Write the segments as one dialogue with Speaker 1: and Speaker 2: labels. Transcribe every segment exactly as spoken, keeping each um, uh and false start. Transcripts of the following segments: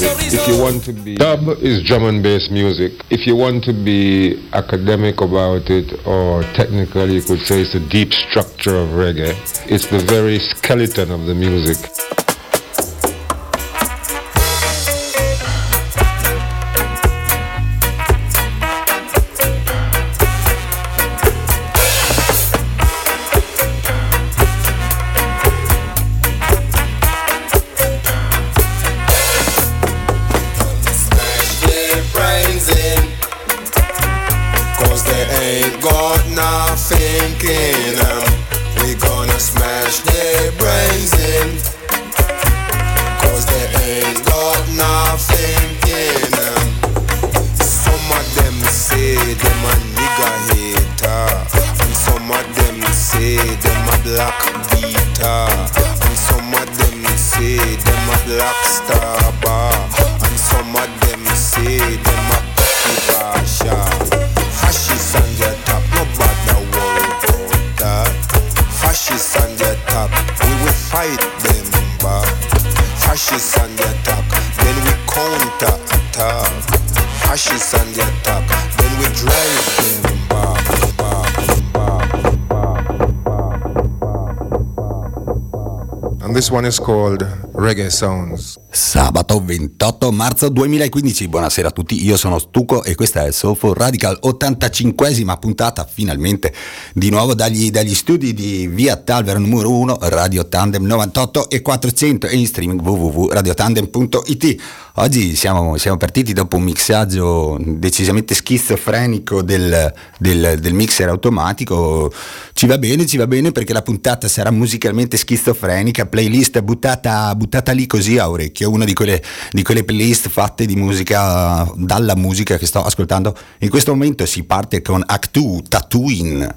Speaker 1: music. If you want to be... Dub is drum and bass music. If you want to be academic about it, or technical, you could say it's the deep structure of reggae. It's the very skeleton of the music.
Speaker 2: This one is called Reggae Sounds.
Speaker 3: Sabato ventotto marzo duemilaquindici, buonasera a tutti, io sono Stuco e questa è Soulful Radical, ottantacinquesima puntata finalmente di nuovo dagli, dagli studi di Via Talver numero uno, Radio Tandem novantotto e quattrocento e in streaming w w w punto radio tandem punto i t. Oggi siamo, siamo partiti dopo un mixaggio decisamente schizofrenico del, del, del mixer automatico. Ci va bene, ci va bene perché la puntata sarà musicalmente schizofrenica, playlist buttata, buttata lì così a orecchio, una di quelle, di quelle playlist fatte di musica, dalla musica che sto ascoltando. In questo momento si parte con Act due, Tatooine.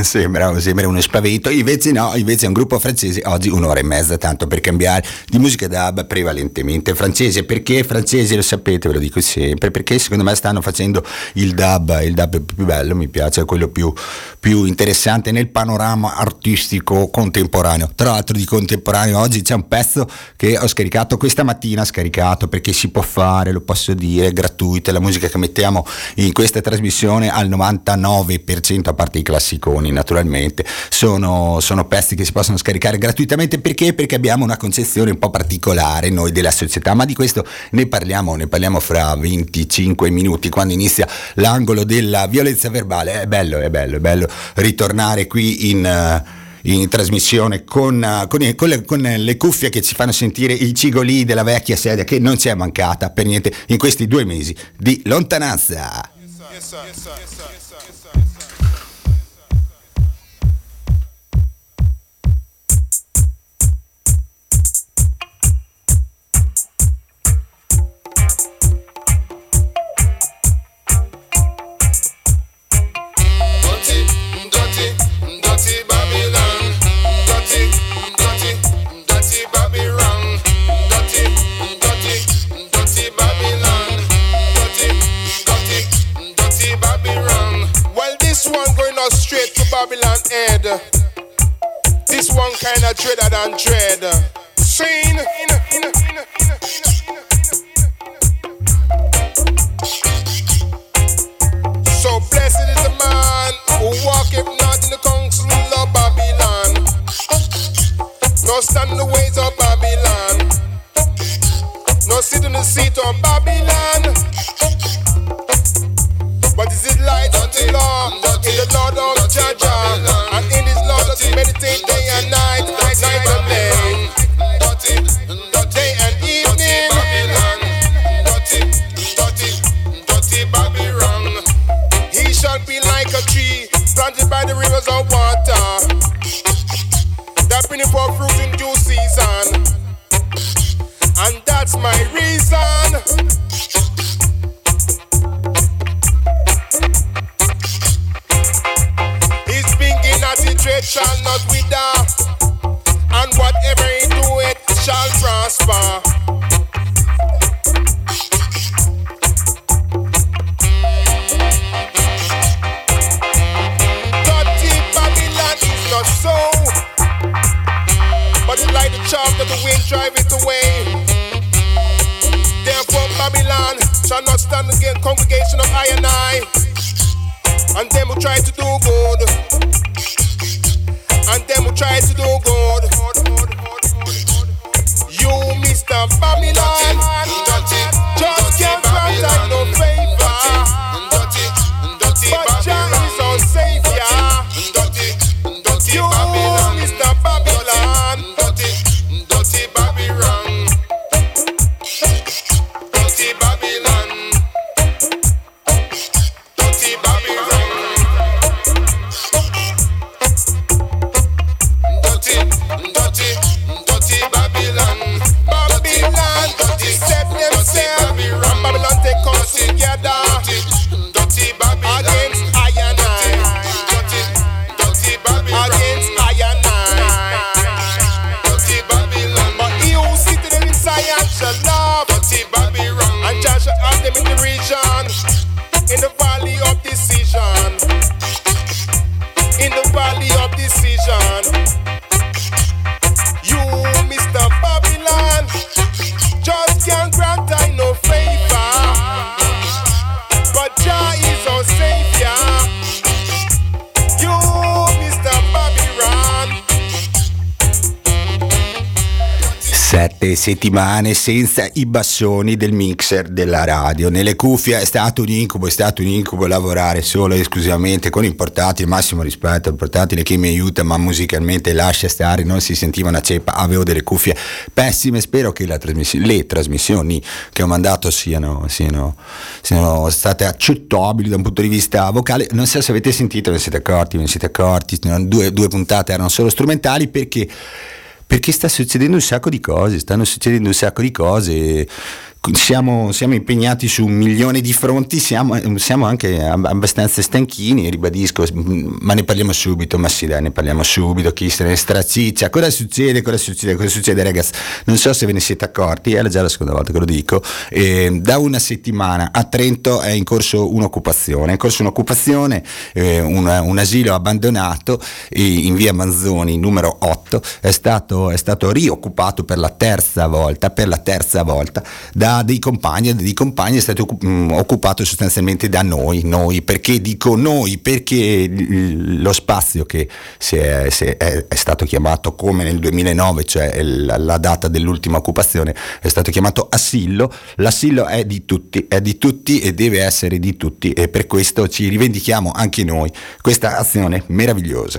Speaker 3: sembra, sembra uno spavento, invece no, invece è un gruppo francese, oggi un'ora e mezza tanto per cambiare, di musica dub prevalentemente francese. Perché francese? Lo sapete, ve lo dico sempre, perché secondo me stanno facendo il dub, il dub più bello, mi piace, è quello più, più interessante nel panorama artistico contemporaneo. Tra l'altro di contemporaneo oggi c'è un pezzo che ho scaricato questa mattina, scaricato perché si può fare, lo posso dire, è gratuita, la musica che mettiamo in questa trasmissione al novantanove per cento, a parte i classiconi naturalmente, sono, sono pezzi che si possono scaricare gratuitamente. Perché? Perché abbiamo una concezione un po' particolare noi della società, ma di questo ne parliamo, ne parliamo fra venticinque minuti, quando inizia l'angolo della violenza verbale. È bello, è bello, è bello ritornare qui in... Uh, in trasmissione con, con, con, le, con le cuffie che ci fanno sentire i cigoli della vecchia sedia, che non ci è mancata per niente in questi due mesi di lontananza. Yes, sir. Yes, sir. Yes, sir. Yes, sir. Yes, sir. Yes, sir.
Speaker 4: Babylon head. This one kinda dreader than dread. Seen. So blessed is the man who walketh not in the counsel of Babylon, nor stand in the ways of Babylon, nor sit in the seat of Babylon. But is it light unto law in the Lord of Jaja, and in his law does he meditate day and night, night and day, day and evening. He shall be like a tree planted by the rivers of water, that bringeth forth fruit in due season, and that's my reason. Trade shall not wither, and whatever he do it shall prosper. Dirty Babylon is not so, but it's like the chaff that the wind driveth away. Therefore Babylon shall not stand against congregation of I and I, and them who try to do good, and them who try to do good. You, Mister Babylon, just can't grant no favor, but Jah is our savior. You, Mister Babylon, dirty Babylon, dirty Babylon, dirty Babylon. In the valley of decision, in the valley of decision, you, Mister Babylon, just can't grant I no favor, but Jah is our savior. You, Mister Babylon.
Speaker 3: Sette settimane senza i bassoni del mixer della radio nelle cuffie. È stato un incubo, è stato un incubo lavorare solo e esclusivamente con il portatile. Massimo rispetto al portatile che mi aiuta, ma musicalmente lascia stare, non si sentiva una ceppa. Avevo delle cuffie pessime. Spero che la trasmiss- le trasmissioni che ho mandato siano, siano, siano state accettabili da un punto di vista vocale. Non so se avete sentito, ve ne siete accorti, ve ne siete accorti. Due, due puntate erano solo strumentali perché Perché sta succedendo un sacco di cose, stanno succedendo un sacco di cose siamo, siamo impegnati su un milione di fronti, siamo, siamo anche abbastanza stanchini, ribadisco, ma ne parliamo subito, ma sì dai, ne parliamo subito, chi se ne straciccia, cosa succede, cosa succede, cosa succede ragazzi, non so se ve ne siete accorti, è già la seconda volta che lo dico, eh, da una settimana a Trento è in corso un'occupazione, è in corso un'occupazione, eh, un, un asilo abbandonato in via Manzoni numero otto, è stato, è stato rioccupato per la terza volta, per la terza volta, da dei compagni, dei compagni è stato occupato sostanzialmente da noi, noi, perché dico noi, perché lo spazio che si è, si è, è stato chiamato come nel duemilanove, cioè la, la data dell'ultima occupazione, è stato chiamato asilo, l'asilo è di tutti, è di tutti e deve essere di tutti, e per questo ci rivendichiamo anche noi questa azione meravigliosa.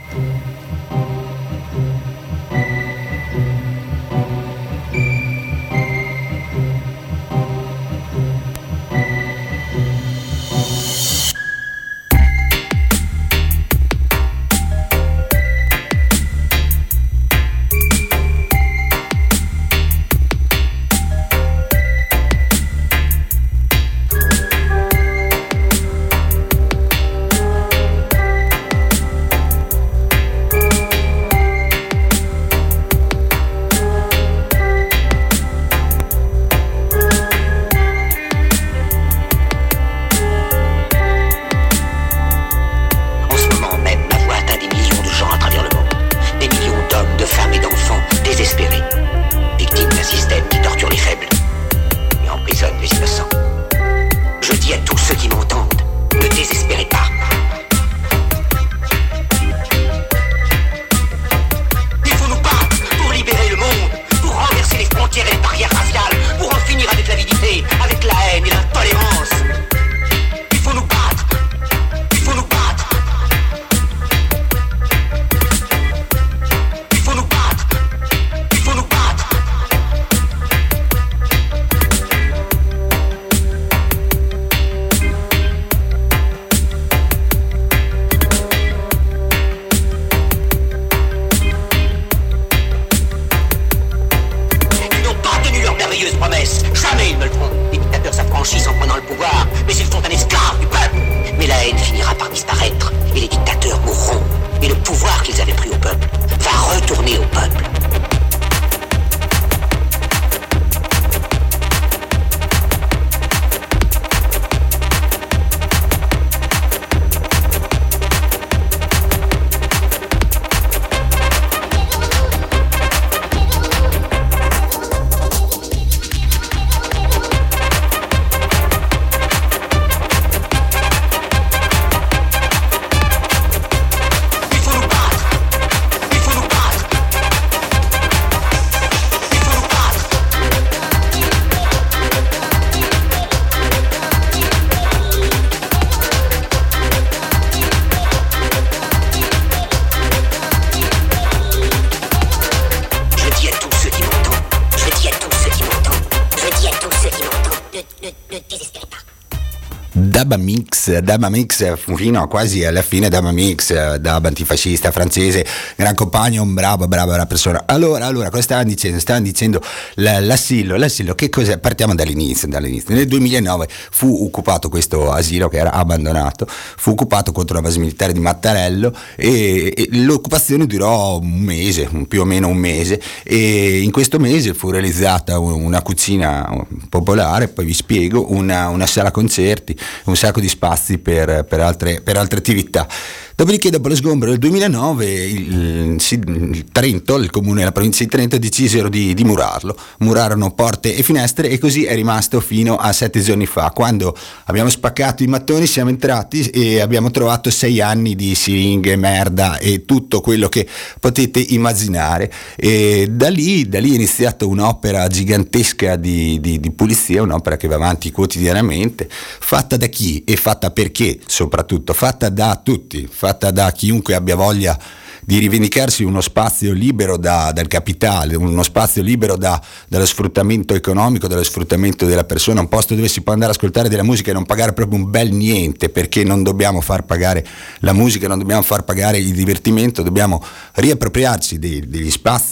Speaker 3: Dub Mix, Dub Mix fino a quasi alla fine, Dub Mix, Dub antifascista francese, gran compagno, un bravo, brava una persona. Allora, allora, cosa stavano dicendo? Stavano dicendo l'asilo, l'asilo, che cos'è? Partiamo dall'inizio, dall'inizio. Nel duemilanove fu occupato questo asilo che era abbandonato, fu occupato contro la base militare di Mattarello e, e l'occupazione durò un mese, più o meno un mese, e in questo mese fu realizzata una cucina popolare, poi vi spiego, una, una sala concerti, un sacco di spazi per, per, altre, per altre attività. Dopodiché, dopo lo sgombero del duemilanove, il, il Trento, il comune e la provincia di Trento decisero di, di murarlo, murarono porte e finestre, e così è rimasto fino a sette giorni fa, quando abbiamo spaccato i mattoni, siamo entrati e abbiamo trovato sei anni di siringhe, merda e tutto quello che potete immaginare. E da lì, da lì è iniziata un'opera gigantesca di, di, di pulizia, un'opera che va avanti quotidianamente, fatta da chi e fatta perché, soprattutto fatta da tutti, fatta da chiunque abbia voglia di rivendicarsi uno spazio libero da, dal capitale, uno spazio libero da, dallo sfruttamento economico, dallo sfruttamento della persona, un posto dove si può andare a ascoltare della musica e non pagare proprio un bel niente, perché non dobbiamo far pagare la musica, non dobbiamo far pagare il divertimento, dobbiamo riappropriarci dei, degli spazi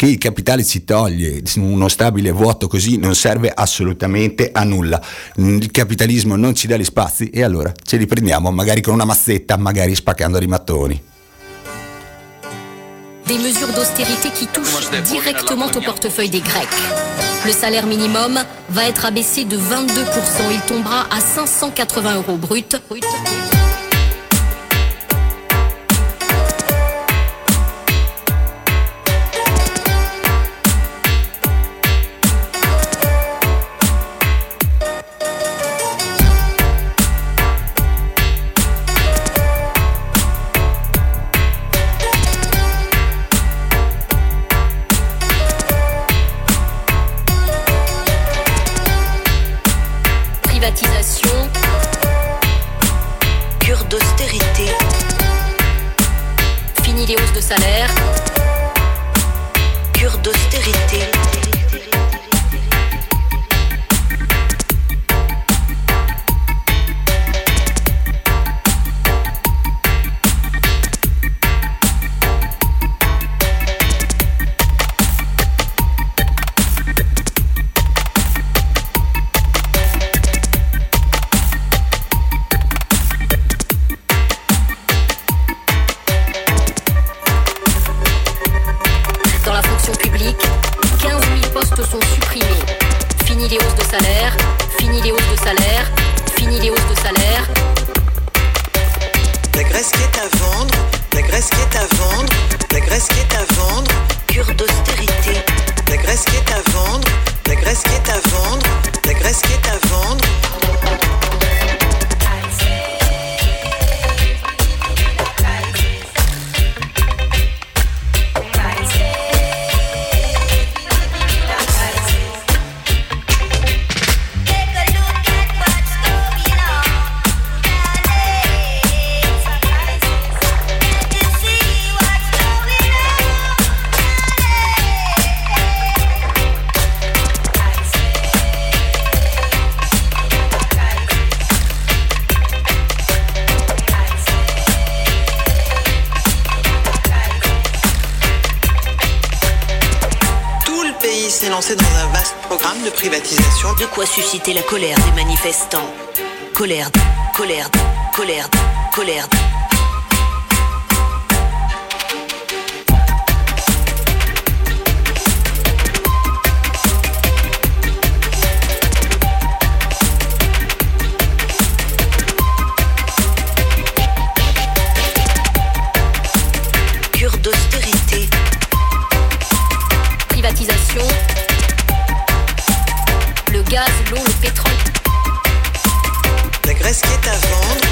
Speaker 3: che il capitale ci toglie, uno stabile vuoto così non serve assolutamente a nulla, il capitalismo non ci dà gli spazi e allora ce li prendiamo magari con una mazzetta, magari spaccando dei mattoni.
Speaker 5: Des mesures d'austérité qui touchent directement au portefeuille des Grecs. Le salaire minimum va être abaissé de vingt-deux pour cent. Il tombera à cinq cent quatre-vingts euros brut.
Speaker 6: Cure d'austérité. Fini les hausses de salaire. Cure d'austérité.
Speaker 5: De quoi susciter la colère des manifestants. Colère, colère, colère, colère.
Speaker 6: Cure d'austérité.
Speaker 5: Privatisation. Le gaz, l'eau, le pétrole.
Speaker 6: La Grèce qui est à vendre.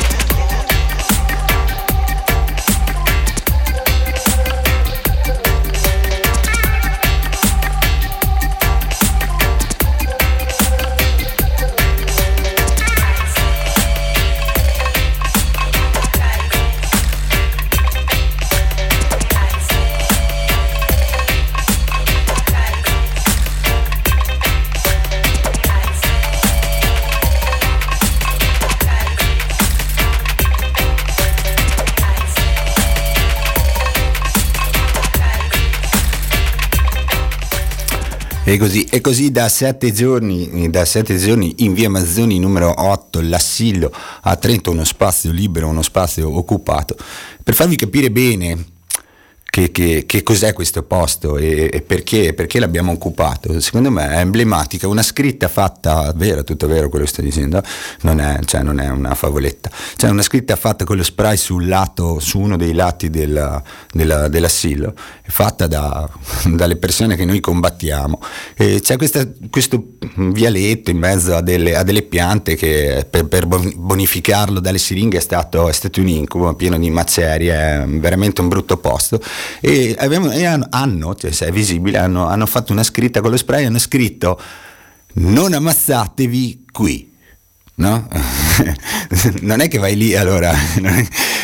Speaker 3: E così, e così da sette giorni, da sette giorni in via Mazzoni numero otto, l'Assillo a Trento, uno spazio libero, uno spazio occupato, per farvi capire bene Che, che, che cos'è questo posto e, e perché, perché l'abbiamo occupato. Secondo me è emblematica, una scritta fatta, vero, tutto vero quello che sto dicendo, non è, cioè non è una favoletta, cioè una scritta fatta con lo spray sul lato, su uno dei lati della, della, dell'assillo, fatta da, dalle persone che noi combattiamo, e c'è questa, questo vialetto in mezzo a delle, a delle piante che per, per bonificarlo dalle siringhe è stato, è stato un incubo pieno di macerie, è veramente un brutto posto. E, abbiamo, e hanno, cioè se è visibile, hanno, hanno fatto una scritta con lo spray, hanno scritto: non ammazzatevi qui, no? Non è che vai lì allora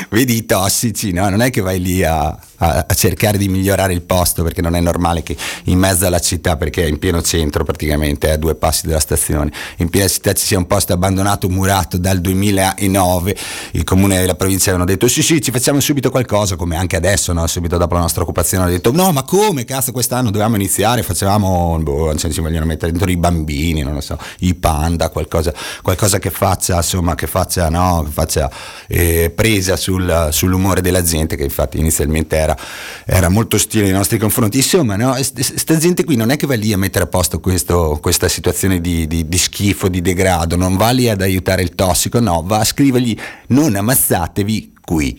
Speaker 3: vedi i tossici, no? Non è che vai lì a, a, a cercare di migliorare il posto, perché non è normale che in mezzo alla città, perché è in pieno centro praticamente, a due passi dalla stazione, in piena città ci sia un posto abbandonato, murato dal duemilanove. Il comune e la provincia avevano detto sì sì, ci facciamo subito qualcosa, come anche adesso, no? Subito dopo la nostra occupazione hanno detto no, ma come cazzo, quest'anno dovevamo iniziare, facevamo, boh, cioè, ci vogliono mettere dentro i bambini, non lo so, i panda, qualcosa, qualcosa che faccia, insomma, che faccia, no, che faccia eh, presa sul, sull'umore della gente, che infatti inizialmente era, era molto ostile nei nostri confronti. Insomma, no, sta gente qui non è che va lì a mettere a posto questo, questa situazione di, di, di schifo, di degrado, non va lì ad aiutare il tossico, no, va a scrivergli non ammazzatevi qui.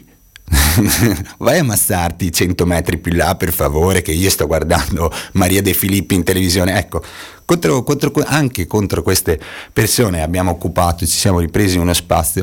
Speaker 3: Vai a ammassarti cento metri più là, per favore, che io sto guardando Maria De Filippi in televisione. Ecco, contro, contro, anche contro queste persone abbiamo occupato, ci siamo ripresi uno spazio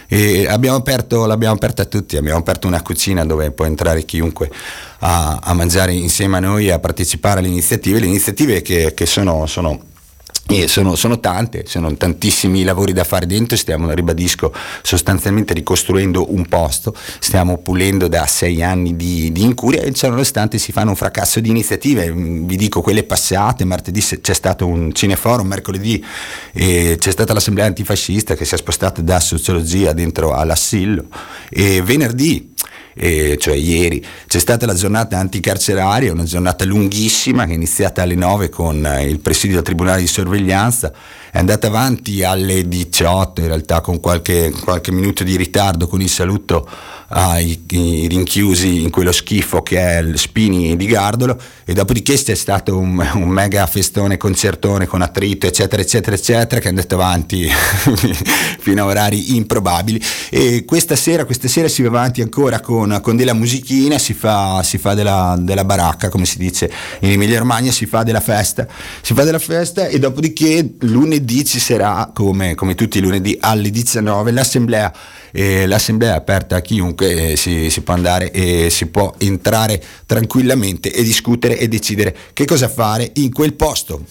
Speaker 3: e abbiamo aperto, l'abbiamo aperta a tutti, abbiamo aperto una cucina dove può entrare chiunque a, a mangiare insieme a noi e a partecipare alle iniziative, le iniziative che, che sono, sono E sono, sono tante, sono tantissimi lavori da fare dentro. Stiamo, ribadisco, sostanzialmente ricostruendo un posto, stiamo pulendo da sei anni di, di incuria e ciononostante si fanno un fracasso di iniziative. Vi dico quelle passate: martedì c'è stato un cineforum, mercoledì eh, c'è stata l'assemblea antifascista che si è spostata da sociologia dentro all'assillo, e venerdì, E cioè ieri, c'è stata la giornata anticarceraria, una giornata lunghissima che è iniziata alle nove con il presidio del tribunale di sorveglianza, è andata avanti alle diciotto, in realtà con qualche, qualche minuto di ritardo, con il saluto ai, ai rinchiusi in quello schifo che è il Spini di Gardolo, e dopodiché c'è stato un, un mega festone, concertone con attrito eccetera eccetera eccetera, che è andato avanti fino a orari improbabili. E questa sera, questa sera si va avanti ancora con, con della musichina, si fa, si fa della, della baracca, come si dice in Emilia Romagna, si fa della festa, si fa della festa e dopodiché lunedì ci sarà, come, come tutti i lunedì, alle diciannove l'assemblea. E l'assemblea è aperta a chiunque, si, si può andare e si può entrare tranquillamente e discutere e decidere che cosa fare in quel posto.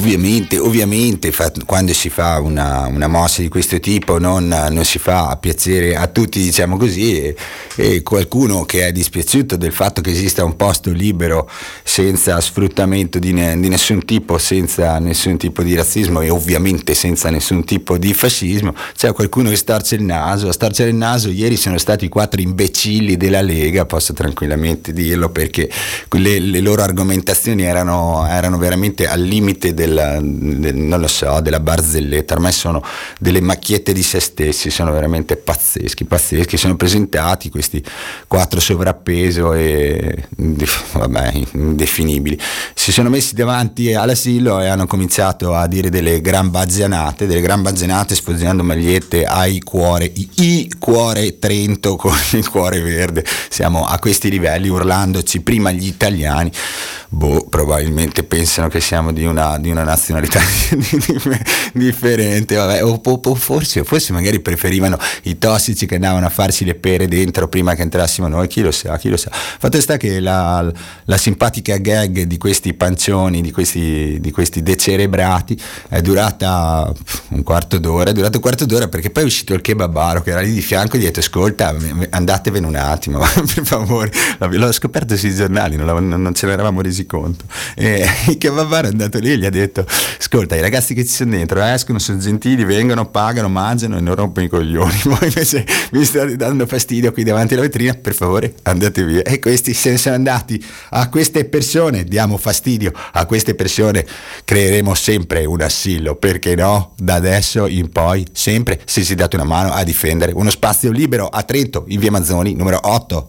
Speaker 3: ovviamente, ovviamente fa, quando si fa una, una mossa di questo tipo non, non si fa a piacere a tutti, diciamo così, e, e qualcuno che è dispiaciuto del fatto che esista un posto libero senza sfruttamento di, ne, di nessun tipo, senza nessun tipo di razzismo e ovviamente senza nessun tipo di fascismo, c'è qualcuno che storce il naso. A storcere il naso ieri sono stati i quattro imbecilli della Lega, posso tranquillamente dirlo, perché le, le loro argomentazioni erano, erano veramente al limite del, del, non lo so, della barzelletta. Ormai sono delle macchiette di se stessi, sono veramente pazzeschi, pazzeschi. Sono presentati questi quattro sovrappeso e vabbè, indefinibili. Si sono messi davanti all'asilo e hanno cominciato a dire delle gran baggianate, delle gran baggianate sfoggiando magliette ai cuore, i, i cuore Trento con il cuore verde. Siamo a questi livelli, urlandoci prima gli italiani. Boh, probabilmente pensano che siamo di una, di una nazionalità differente, vabbè, o, o, o forse, forse magari preferivano i tossici che andavano a farsi le pere dentro prima che entrassimo noi, chi lo sa, chi lo sa. Fatto sta che la, la simpatica gag di questi pancioni, di questi, di questi decerebrati è durata un quarto d'ora, è durata un quarto d'ora perché poi è uscito il kebabaro che era lì di fianco e gli ha detto ascolta, andatevene un attimo, per favore, l'ho scoperto sui giornali, non, non ce l'eravamo resi conto, e il kebabaro è andato lì e gli ha detto ascolta, i ragazzi che ci sono dentro escono, sono gentili, vengono, pagano, mangiano e non rompono i coglioni, voi invece mi state dando fastidio qui davanti alla vetrina, per favore andate via. E questi se ne sono andati. A queste persone diamo fastidio, a queste persone creeremo sempre un asilo, perché no, da adesso in poi sempre se si date una mano a difendere uno spazio libero a Trento in via Mazzoni numero otto.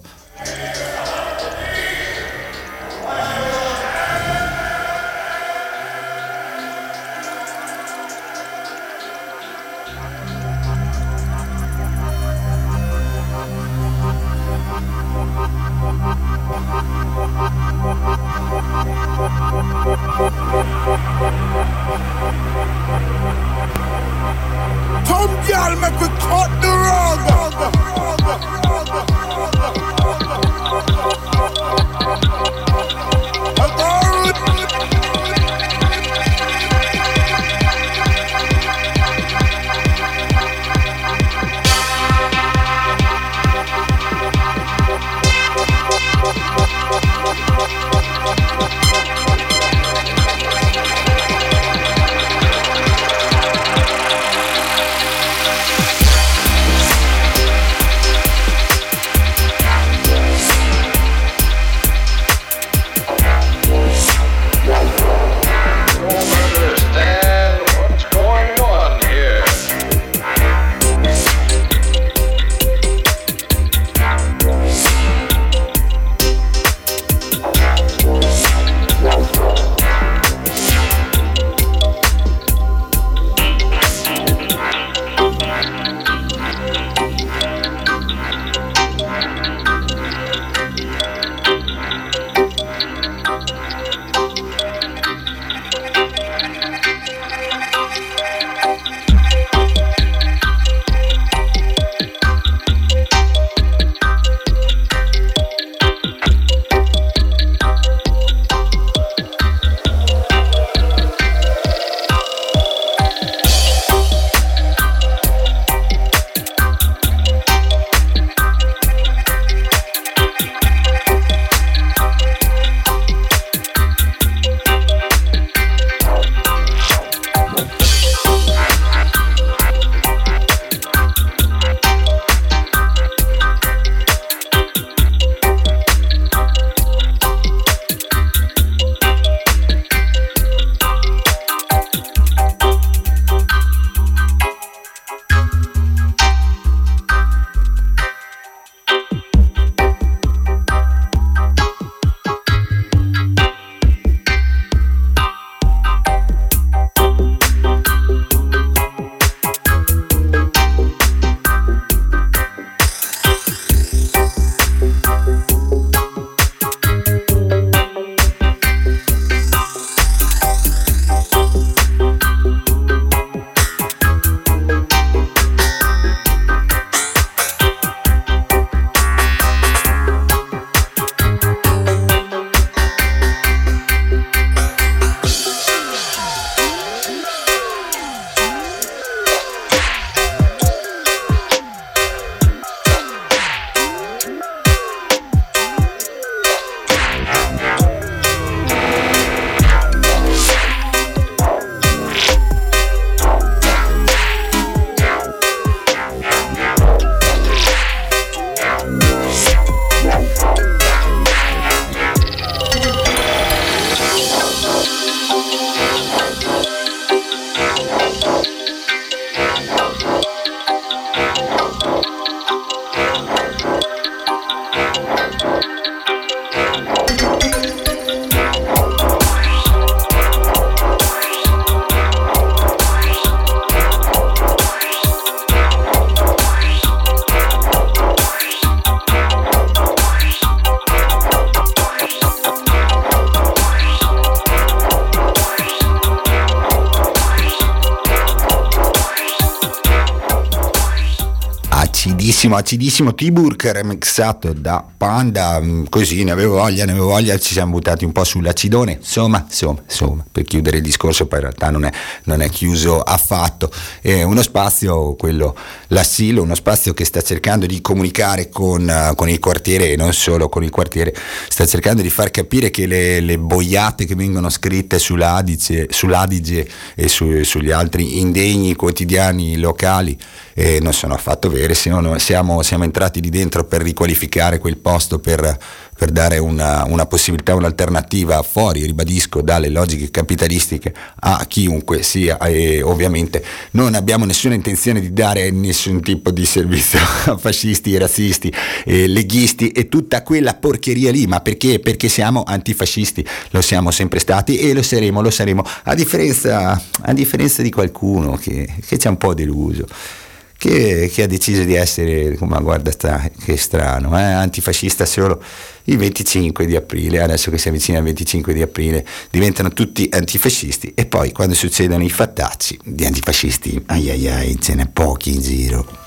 Speaker 3: acidissimo, acidissimo T-Burk remixato da Panda, così ne avevo voglia, ne avevo voglia, ci siamo buttati un po' sull'acidone, insomma, insomma, insomma, per chiudere il discorso, poi in realtà non è, non è chiuso affatto, è uno spazio, quello, l'Asilo, uno spazio che sta cercando di comunicare con, con il quartiere e non solo con il quartiere, sta cercando di far capire che le, le boiate che vengono scritte sull'Adige, sull'Adige e su, sugli altri indegni quotidiani locali eh, non sono affatto vere. Siamo, siamo, siamo entrati lì dentro per riqualificare quel posto, per, per dare una, una possibilità, un'alternativa fuori, ribadisco, dalle logiche capitalistiche a chiunque sia, e ovviamente non abbiamo nessuna intenzione di dare nessun tipo di servizio a fascisti, razzisti, eh, leghisti e tutta quella porcheria lì, ma perché? Perché siamo antifascisti, lo siamo sempre stati e lo saremo, lo saremo, a differenza, a differenza di qualcuno che, che ci ha un po' deluso. Che, che ha deciso di essere, ma guarda sta, che strano, eh? Antifascista solo il venticinque di aprile, adesso che si avvicina il venticinque di aprile diventano tutti antifascisti e poi quando succedono i fattacci di antifascisti, ai ai ai, ce n'è pochi in giro.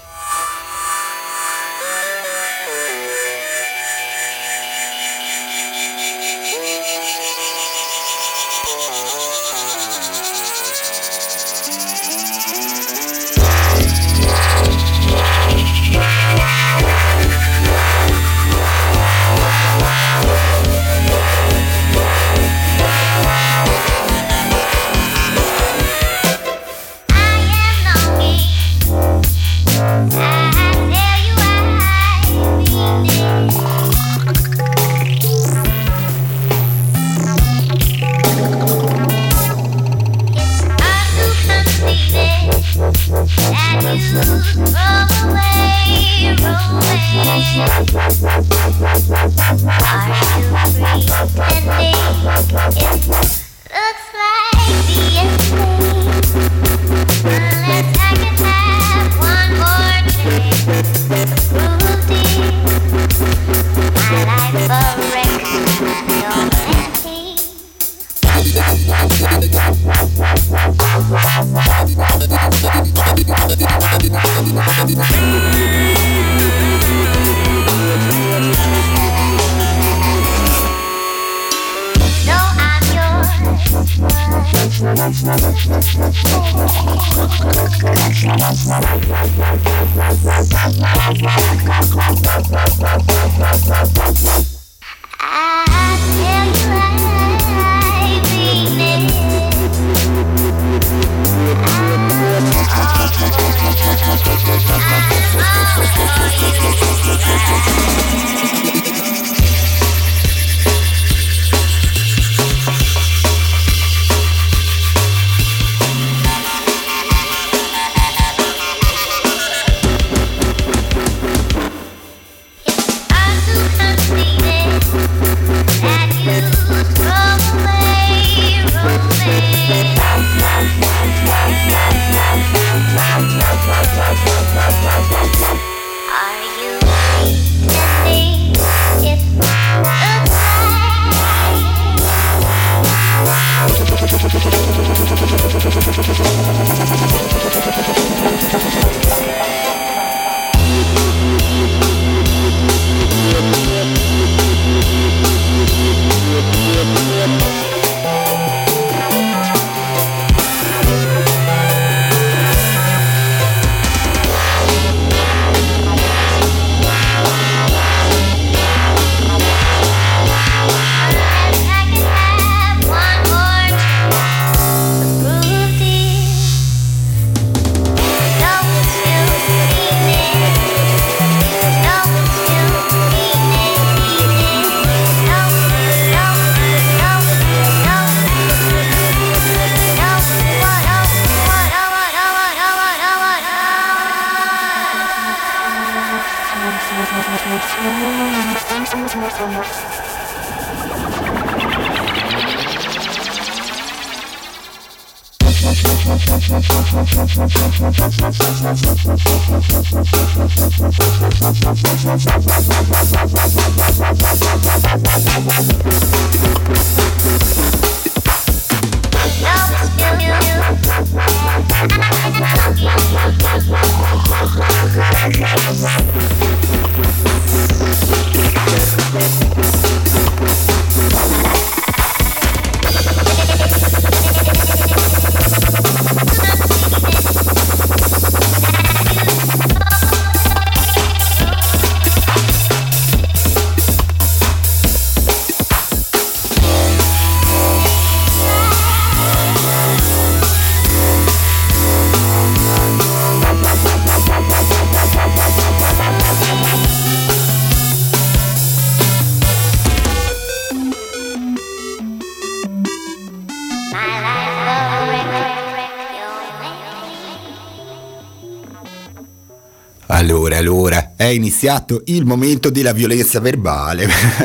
Speaker 7: We'll be right back.
Speaker 3: Allora, allora, è iniziato il momento della violenza verbale.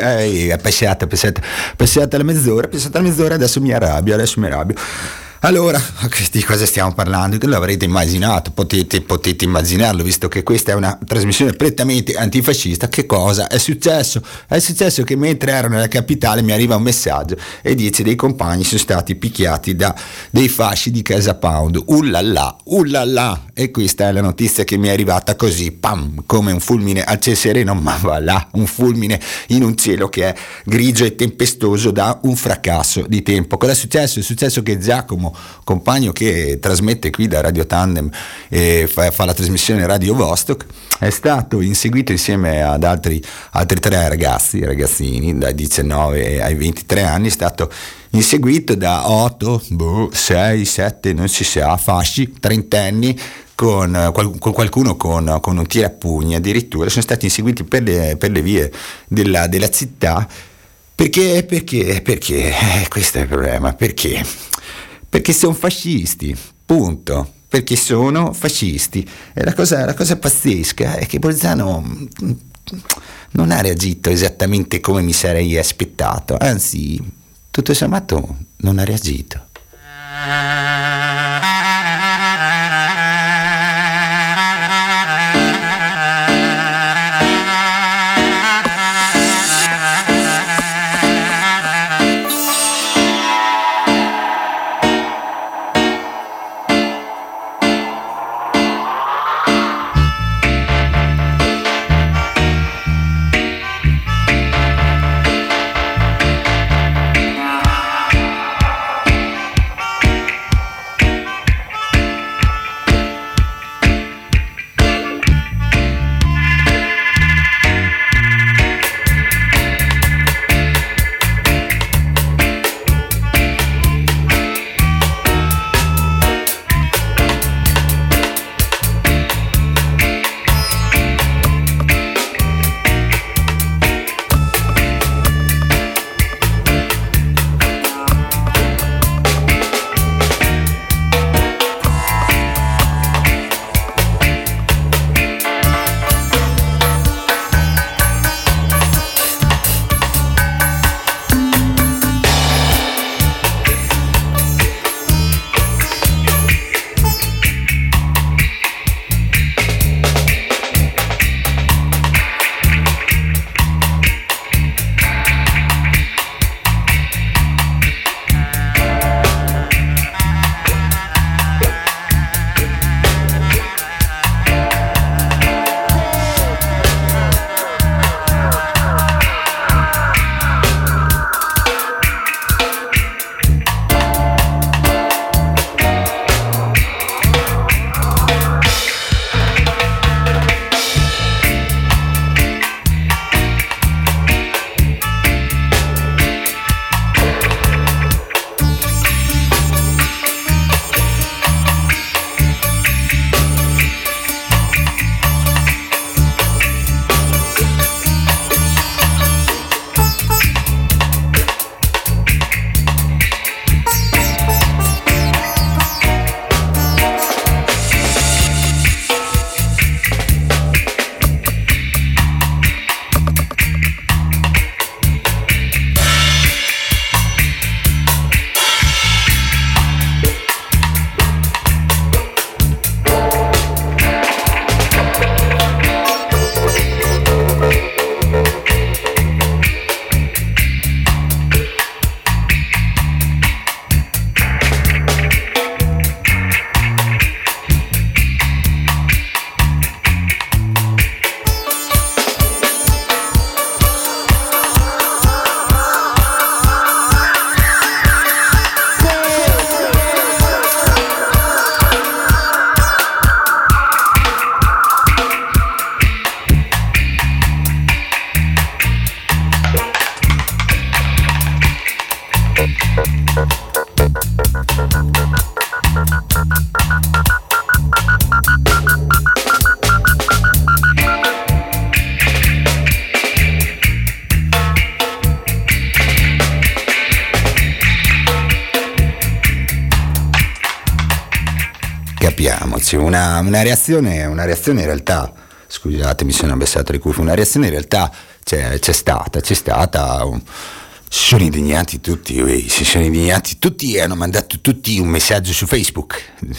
Speaker 3: È passata, passata, passata la mezz'ora, passata la mezz'ora, adesso mi arrabbio, adesso mi arrabbio. Allora, di cosa stiamo parlando? Che l'avrete immaginato, potete, potete immaginarlo, visto che questa è una trasmissione prettamente antifascista. Che cosa è successo? È successo che mentre ero nella capitale mi arriva un messaggio e dice: dei compagni sono stati picchiati da dei fasci di Casa Pound. Ullala, ullala! E questa è la notizia che mi è arrivata così, pam, come un fulmine al ciel sereno, ma va là, un fulmine in un cielo che è grigio e tempestoso da un fracasso di tempo. Cosa è successo? È successo che Giacomo, compagno che trasmette qui da Radio Tandem e fa, fa la trasmissione Radio Vostok, è stato inseguito insieme ad altri, altri tre ragazzi, ragazzini dai diciannove ai ventitré anni, è stato inseguito da otto, sei, sette, non si sa, fasci, trentenni, con, con qualcuno con, con un tirapugni addirittura. Sono stati inseguiti per le, per le vie della, della città. Perché? Perché? Perché? Eh, questo è il problema. Perché? Perché sono fascisti, punto. Perché sono fascisti. E la cosa, la cosa pazzesca è che Bolzano non ha reagito esattamente come mi sarei aspettato, anzi, tutto sommato non ha reagito. capiamoci, una, una reazione, una reazione in realtà, scusate mi sono abbassato le cuffie, una reazione in realtà c'è, c'è stata, c'è stata, un, si sono indignati tutti, uè, si sono indignati tutti e hanno mandato tutti un messaggio su Facebook,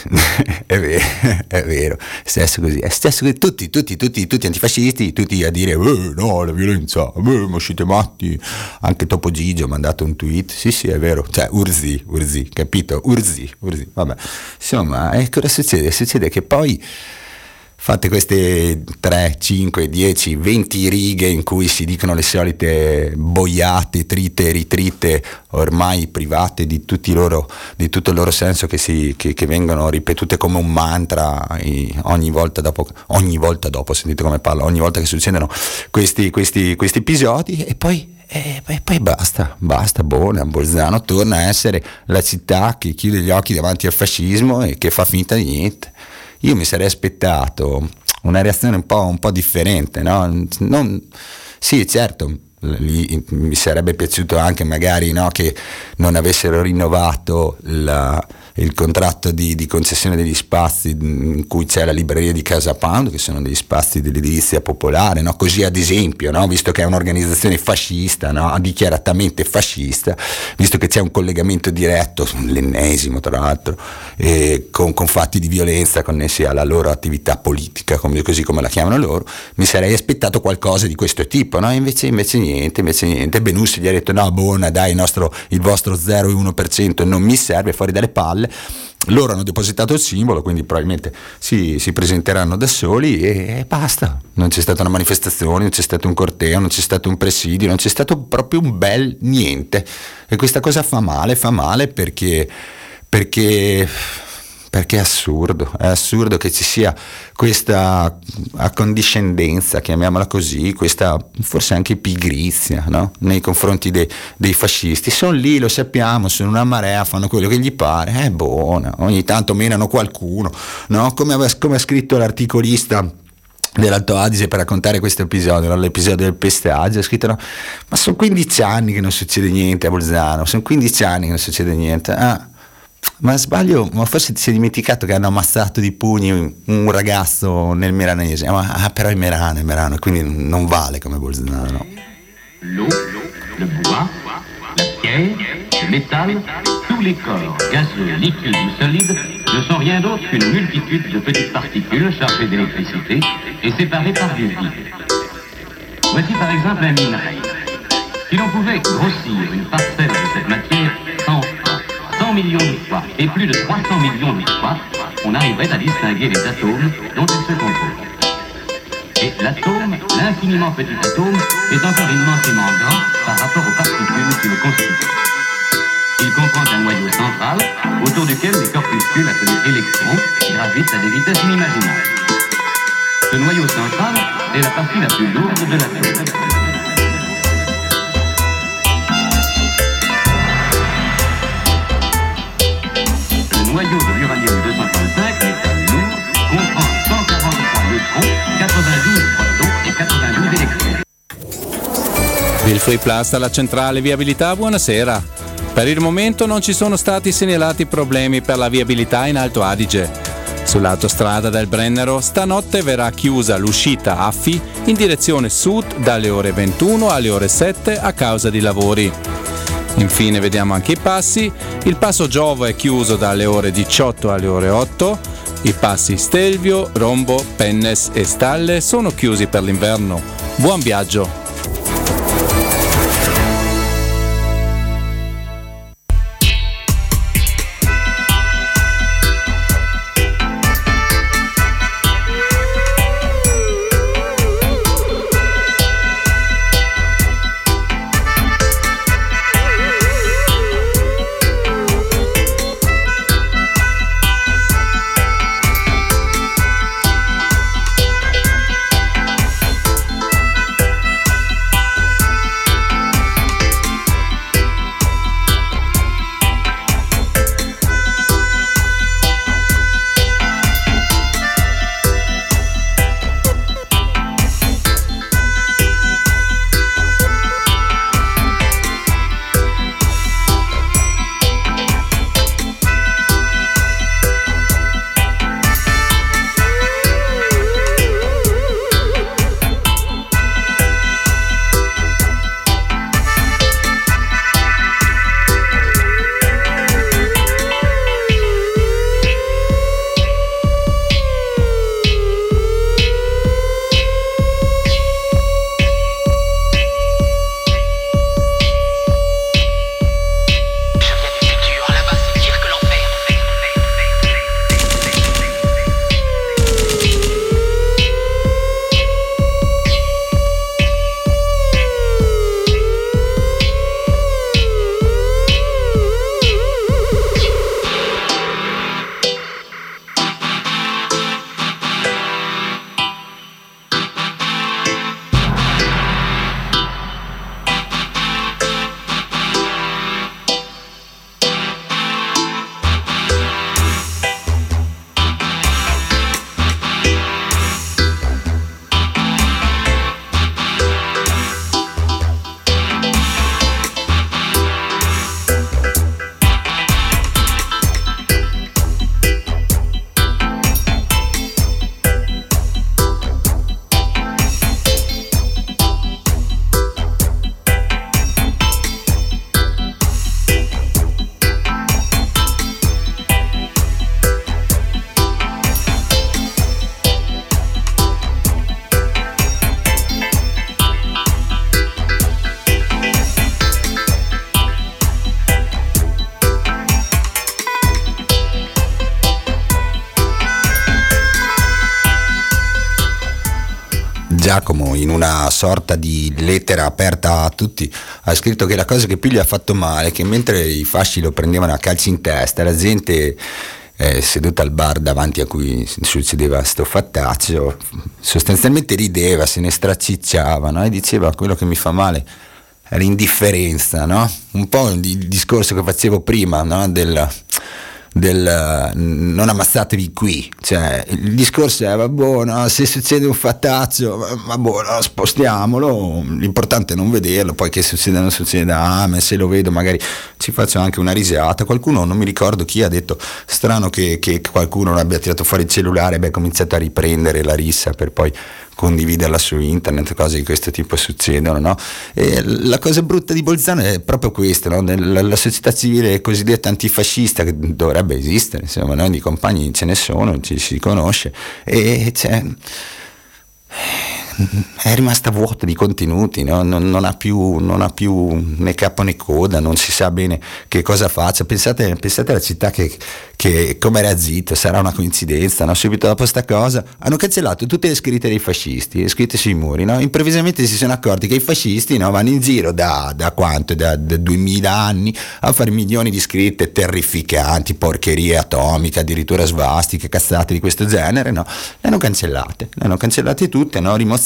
Speaker 3: è vero, è vero, è stesso così, è stesso così, tutti, tutti, tutti, tutti antifascisti, tutti a dire, eh, no, la violenza, eh, ma siete matti, anche Topo Gigio ha mandato un tweet, sì sì è vero, cioè Urzi, Urzi, capito, Urzi, Urzi, vabbè, insomma, e cosa succede? Succede che poi fate queste tre, cinque, dieci, venti righe in cui si dicono le solite boiate, trite, ritrite, ormai private di tutti loro, di tutto il loro senso, che, si, che, che vengono ripetute come un mantra ogni volta dopo, ogni volta dopo, sentite come parlo, ogni volta che succedono questi, questi, questi episodi, e poi E poi, poi basta, basta, buona, Bolzano torna a essere la città che chiude gli occhi davanti al fascismo e che fa finta di niente. Io mi sarei aspettato una reazione un po', un po' differente, no? Non, sì, certo, lì mi sarebbe piaciuto anche magari, no, che non avessero rinnovato la, il contratto di, di concessione degli spazi in cui c'è la libreria di Casa Pound, che sono degli spazi dell'edilizia popolare, no? Così ad esempio, no? Visto che è un'organizzazione fascista, no? Dichiaratamente fascista, visto che c'è un collegamento diretto, l'ennesimo tra l'altro, eh, con, con fatti di violenza connessi alla loro attività politica, come, così come la chiamano loro, mi sarei aspettato qualcosa di questo tipo, no? Invece, invece niente, invece niente. Benussi gli ha detto no, buona, dai, il, nostro, il vostro zero virgola uno per cento non mi serve, fuori dalle palle. Loro hanno depositato il simbolo, quindi probabilmente si, si presenteranno da soli e, e basta. Non c'è stata una manifestazione, non c'è stato un corteo, non c'è stato un presidio, non c'è stato proprio un bel niente. E questa cosa fa male, fa male perché perché perché è assurdo, è assurdo che ci sia questa accondiscendenza, chiamiamola così, questa forse anche pigrizia, no? Nei confronti dei, dei fascisti. Sono lì, lo sappiamo, sono una marea, fanno quello che gli pare, è buona, ogni tanto menano qualcuno, no? Come aveva, come ha scritto l'articolista dell'Alto Adige per raccontare questo episodio, no? L'episodio del pestaggio, ha scritto no? Ma sono quindici anni che non succede niente a Bolzano, sono quindici anni che non succede niente, ah. Ma sbaglio, ma forse ti sei dimenticato che hanno ammazzato di pugni un ragazzo nel Meranese, ma ah, però è Merano, è Merano, quindi non vale come Bolzano.
Speaker 7: L'eau, le bois, la pierre, le métal, tous les corps gazeux, liquides ou solides ne sont rien d'autre qu'une multitude de petites particules chargées d'électricité et séparées par du vide. Voici par exemple un minerai. Si l'on pouvait grossir une parcelle de cette matière cent fois, cent millions de fois et plus de trois cents millions de fois, on arriverait à distinguer les atomes dont ils se composent. Et l'atome, l'infiniment petit atome, est encore immensément grand par rapport aux particules qui le constituent. Il comprend un noyau central autour duquel les corpuscules appelés électrons gravitent à des vitesses inimaginables. Ce noyau central est la partie la plus lourde de l'atome. Le noyau de l'uranium deux cent trente-cinq, métal lourd, comprend cent quarante-trois neutrons, quatre-vingt-douze protons et quatre-vingt-douze électrons.
Speaker 8: Wilfried Plast alla centrale viabilità, buonasera. Per il momento non ci sono stati segnalati problemi per la viabilità in Alto Adige. Sull'autostrada del Brennero stanotte verrà chiusa l'uscita Affi in direzione sud dalle ore ventuno alle ore sette a causa di lavori. Infine vediamo anche i passi. Il passo Giovo è chiuso dalle ore diciotto alle ore otto. I passi Stelvio, Rombo, Pennes e Stalle sono chiusi per l'inverno. Buon viaggio!
Speaker 3: Giacomo, in una sorta di lettera aperta a tutti, ha scritto che la cosa che più gli ha fatto male è che mentre i fasci lo prendevano a calci in testa, la gente eh, seduta al bar davanti a cui succedeva sto fattaccio sostanzialmente rideva, se ne stracicciava, no? E diceva: quello che mi fa male è l'indifferenza, no? Un po' il discorso che facevo prima, no? del del non ammazzatevi qui, cioè il discorso è vabbè, no, se succede un fattaccio vabbè, no, spostiamolo, l'importante è non vederlo, poi che succeda non succeda, ah, ma se lo vedo magari ci faccio anche una risata. Qualcuno, non mi ricordo chi, ha detto strano che, che qualcuno non abbia tirato fuori il cellulare e abbia cominciato a riprendere la rissa per poi condividerla su internet, cose di questo tipo succedono, no? E la cosa brutta di Bolzano è proprio questo, no? La, la società civile cosiddetta antifascista, che dovrebbe esistere, insomma, noi di compagni ce ne sono, ci si conosce, e c'è, è rimasta vuota di contenuti, no? non, non, ha più, non ha più né capo né coda, non si sa bene che cosa faccia. Pensate, pensate alla città che, che come era zitto, sarà una coincidenza, no? Subito dopo sta cosa hanno cancellato tutte le scritte dei fascisti, scritte sui muri, no? Improvvisamente si sono accorti che i fascisti, no, vanno in giro da, da quanto? Da, da duemila anni a fare milioni di scritte terrificanti, porcherie atomiche, addirittura svastiche, cazzate di questo genere, no? Le hanno cancellate, le hanno cancellate tutte, no? Rimozione,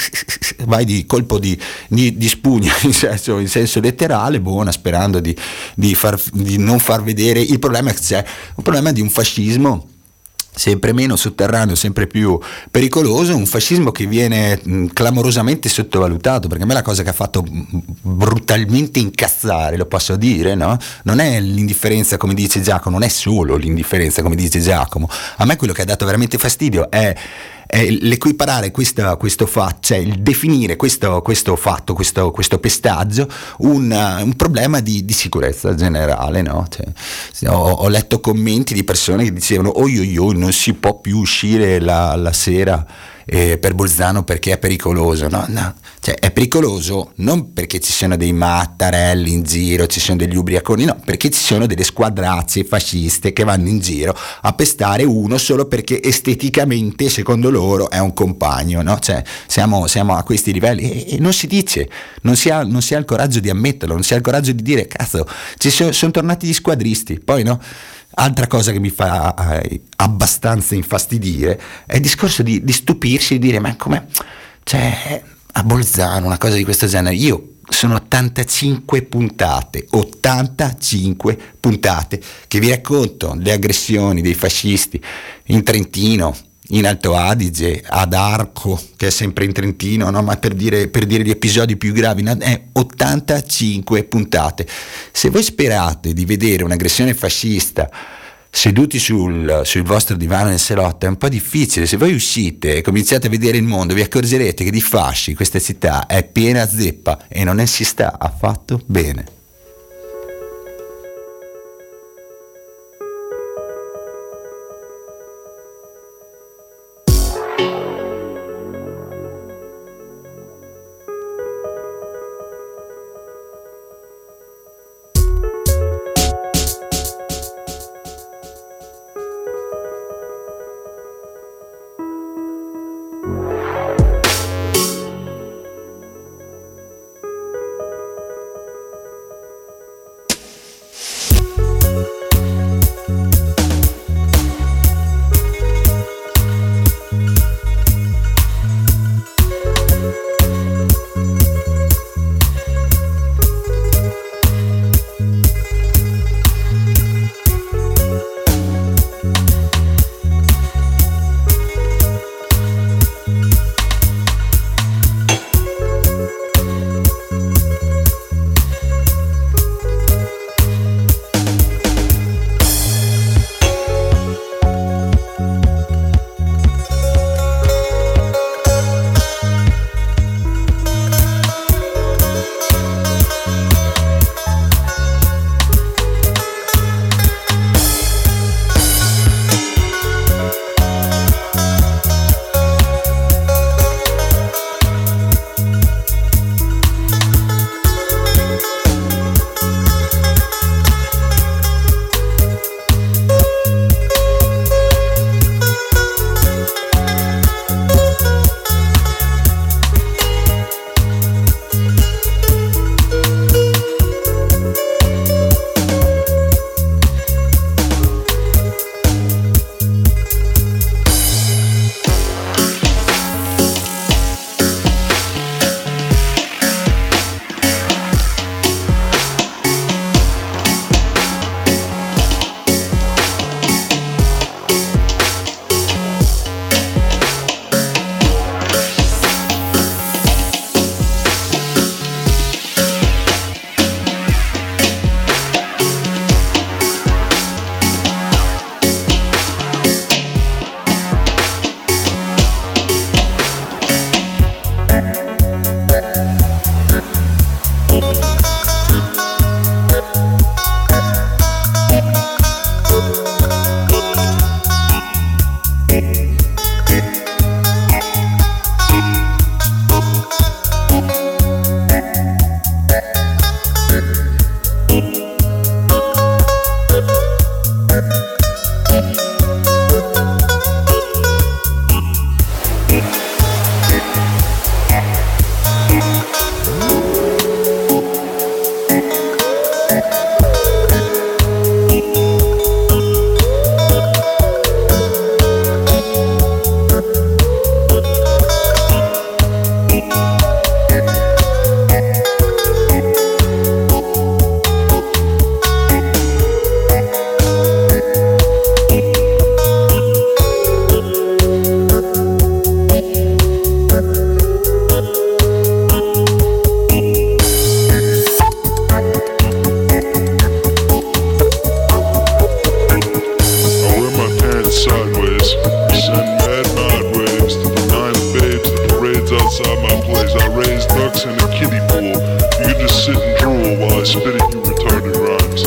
Speaker 3: vai di colpo di, di, di spugna in senso, in senso letterale, buona, sperando di, di, far, di non far vedere il problema che c'è, un problema di un fascismo sempre meno sotterraneo, sempre più pericoloso, un fascismo che viene mh, clamorosamente sottovalutato, perché a me la cosa che ha fatto brutalmente incazzare, lo posso dire, no? Non è l'indifferenza come dice Giacomo, non è solo l'indifferenza come dice Giacomo, a me quello che ha dato veramente fastidio è è l'equiparare questo, questo fatto, cioè il definire questo, questo fatto, questo, questo pestaggio un, un problema di, di sicurezza generale, no? Cioè, ho, ho letto commenti di persone che dicevano oi oi oi, non si può più uscire la, la sera eh, per Bolzano perché è pericoloso, no? No, cioè è pericoloso non perché ci sono dei mattarelli in giro, ci sono degli ubriaconi, no, perché ci sono delle squadrazze fasciste che vanno in giro a pestare uno solo perché esteticamente secondo loro è un compagno, no? Cioè siamo, siamo a questi livelli e, e non si dice, non si, ha, non si ha il coraggio di ammetterlo, non si ha il coraggio di dire cazzo, ci sono, sono tornati gli squadristi. Poi no, altra cosa che mi fa eh, abbastanza infastidire è il discorso di, di stupirsi, di dire ma come, cioè a Bolzano una cosa di questo genere. Io sono ottantacinque puntate ottantacinque puntate che vi racconto le aggressioni dei fascisti in Trentino, in Alto Adige, ad Arco, che è sempre in Trentino, no? Ma per dire, per dire gli episodi più gravi, no? È ottantacinque puntate. Se voi sperate di vedere un'aggressione fascista seduti sul, sul vostro divano nel salotto è un po' difficile. Se voi uscite e cominciate a vedere il mondo vi accorgerete che di fasci questa città è piena zeppa e non ne si sta affatto bene.
Speaker 9: outside my place. I raise ducks in a kiddie pool. You can just sit and drool while I spit at you retarded rhymes.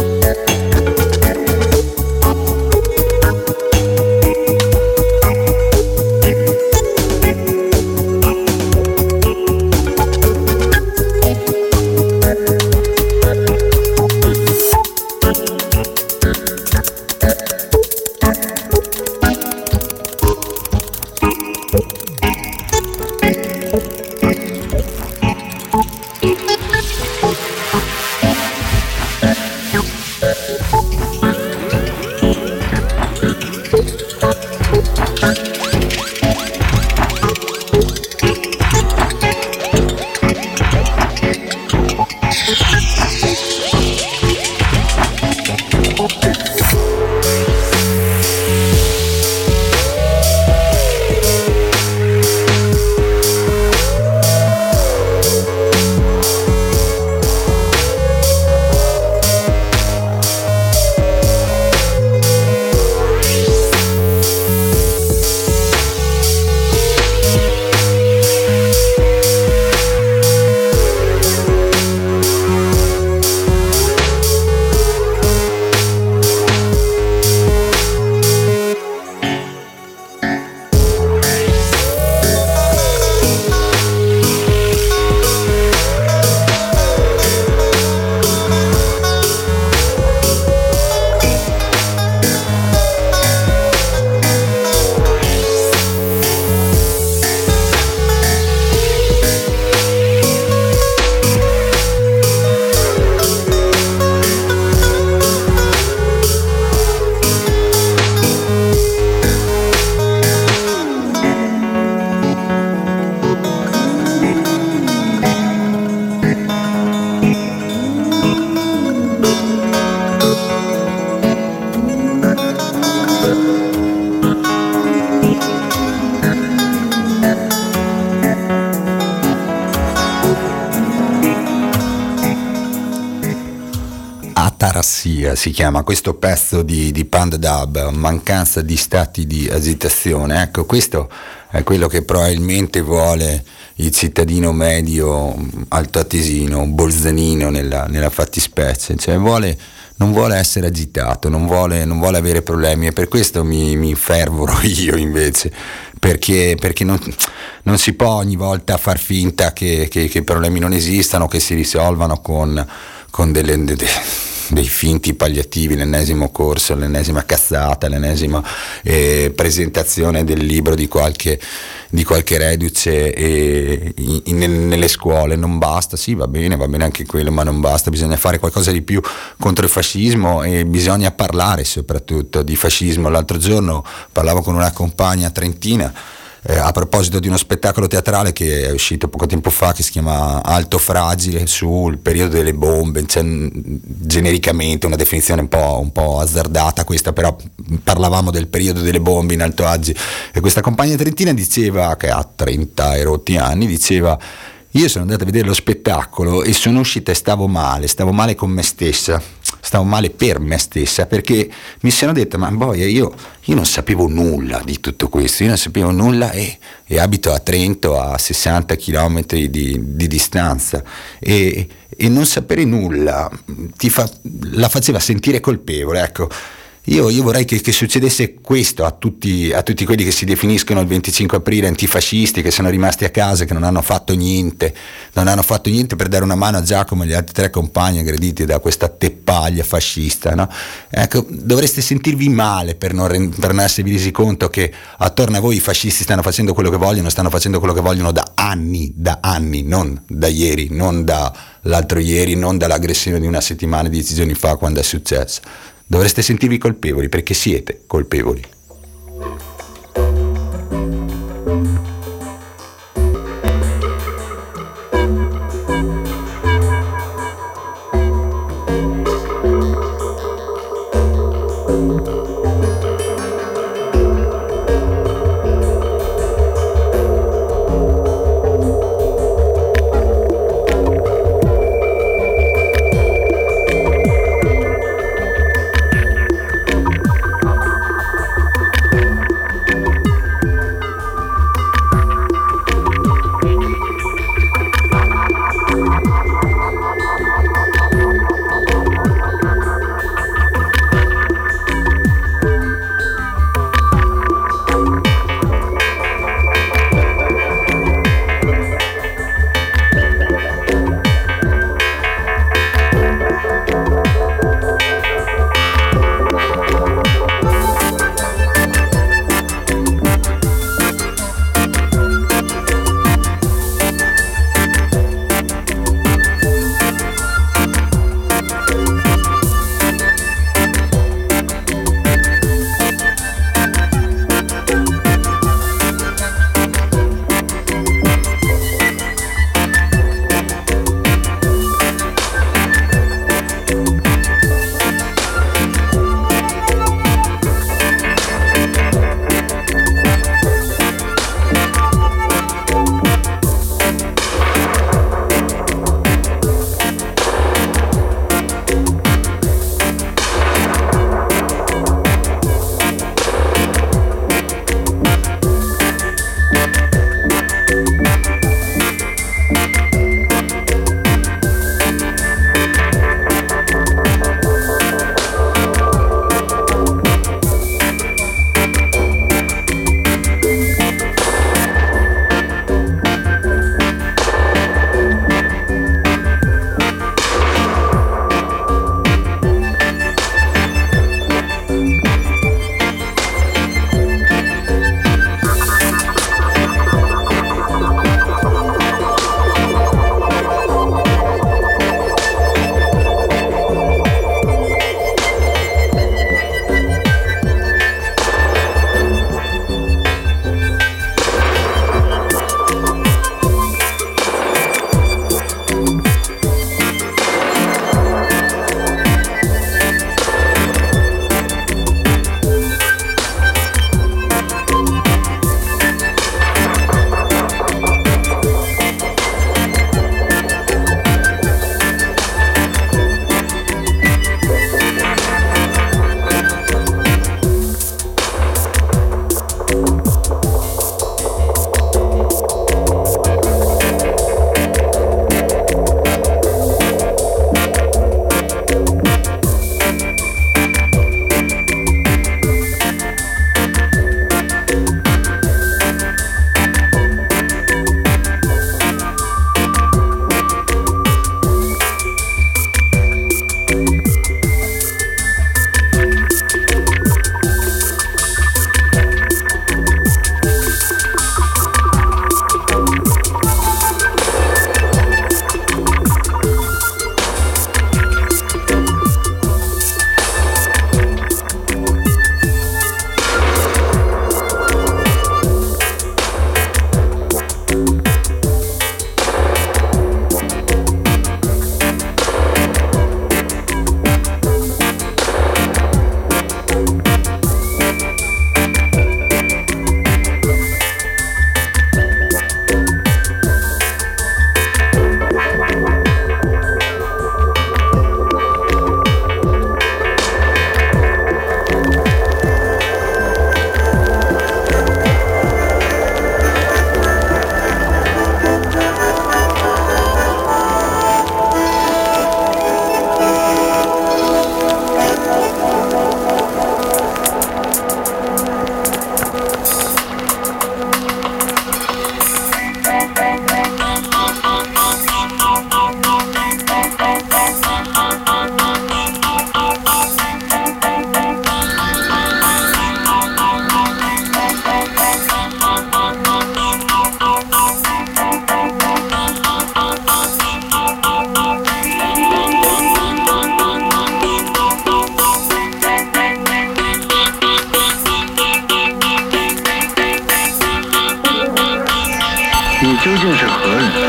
Speaker 3: Atarassia si chiama questo pezzo di, di Panda Dub, mancanza di stati di agitazione. Ecco, questo è quello che probabilmente vuole il cittadino medio altoatesino, bolzanino nella, nella fattispecie, cioè vuole, non vuole essere agitato, non vuole, non vuole avere problemi, e per questo mi, mi fervoro io invece, perché, perché non, non si può ogni volta far finta che, che, che i problemi non esistano, che si risolvano con, con delle, delle dei finti palliativi, l'ennesimo corso, l'ennesima cazzata, l'ennesima eh, presentazione del libro di qualche, di qualche reduce eh, in, in, nelle scuole. Non basta, sì, va bene, va bene anche quello, ma non basta, bisogna fare qualcosa di più contro il fascismo, e bisogna parlare soprattutto di fascismo. L'altro giorno parlavo con una compagna trentina Eh, a proposito di uno spettacolo teatrale che è uscito poco tempo fa, che si chiama Alto Fragile, sul periodo delle bombe, cioè, genericamente una definizione un po', un po' azzardata questa, però parlavamo del periodo delle bombe in Alto Adige, e questa compagna trentina diceva, che ha trenta e rotti anni, diceva: io sono andata a vedere lo spettacolo e sono uscita e stavo male, stavo male con me stessa, stavo male per me stessa, perché mi sono detta: ma boia, io, io non sapevo nulla di tutto questo, io non sapevo nulla e, e abito a Trento, a sessanta chilometri di, di distanza, e, e non sapere nulla ti fa, la faceva sentire colpevole, ecco. Io, io vorrei che, che succedesse questo a tutti, a tutti quelli che si definiscono il venticinque aprile antifascisti, che sono rimasti a casa, che non hanno fatto niente, non hanno fatto niente per dare una mano a Giacomo e agli altri tre compagni aggrediti da questa teppaglia fascista, no? Ecco, dovreste sentirvi male per non, per non esservi resi conto che attorno a voi i fascisti stanno facendo quello che vogliono, stanno facendo quello che vogliono da anni, da anni, non da ieri, non dall'altro ieri, non dall'aggressione di una settimana, dieci giorni fa, quando è successo. Dovreste sentirvi colpevoli, perché siete colpevoli.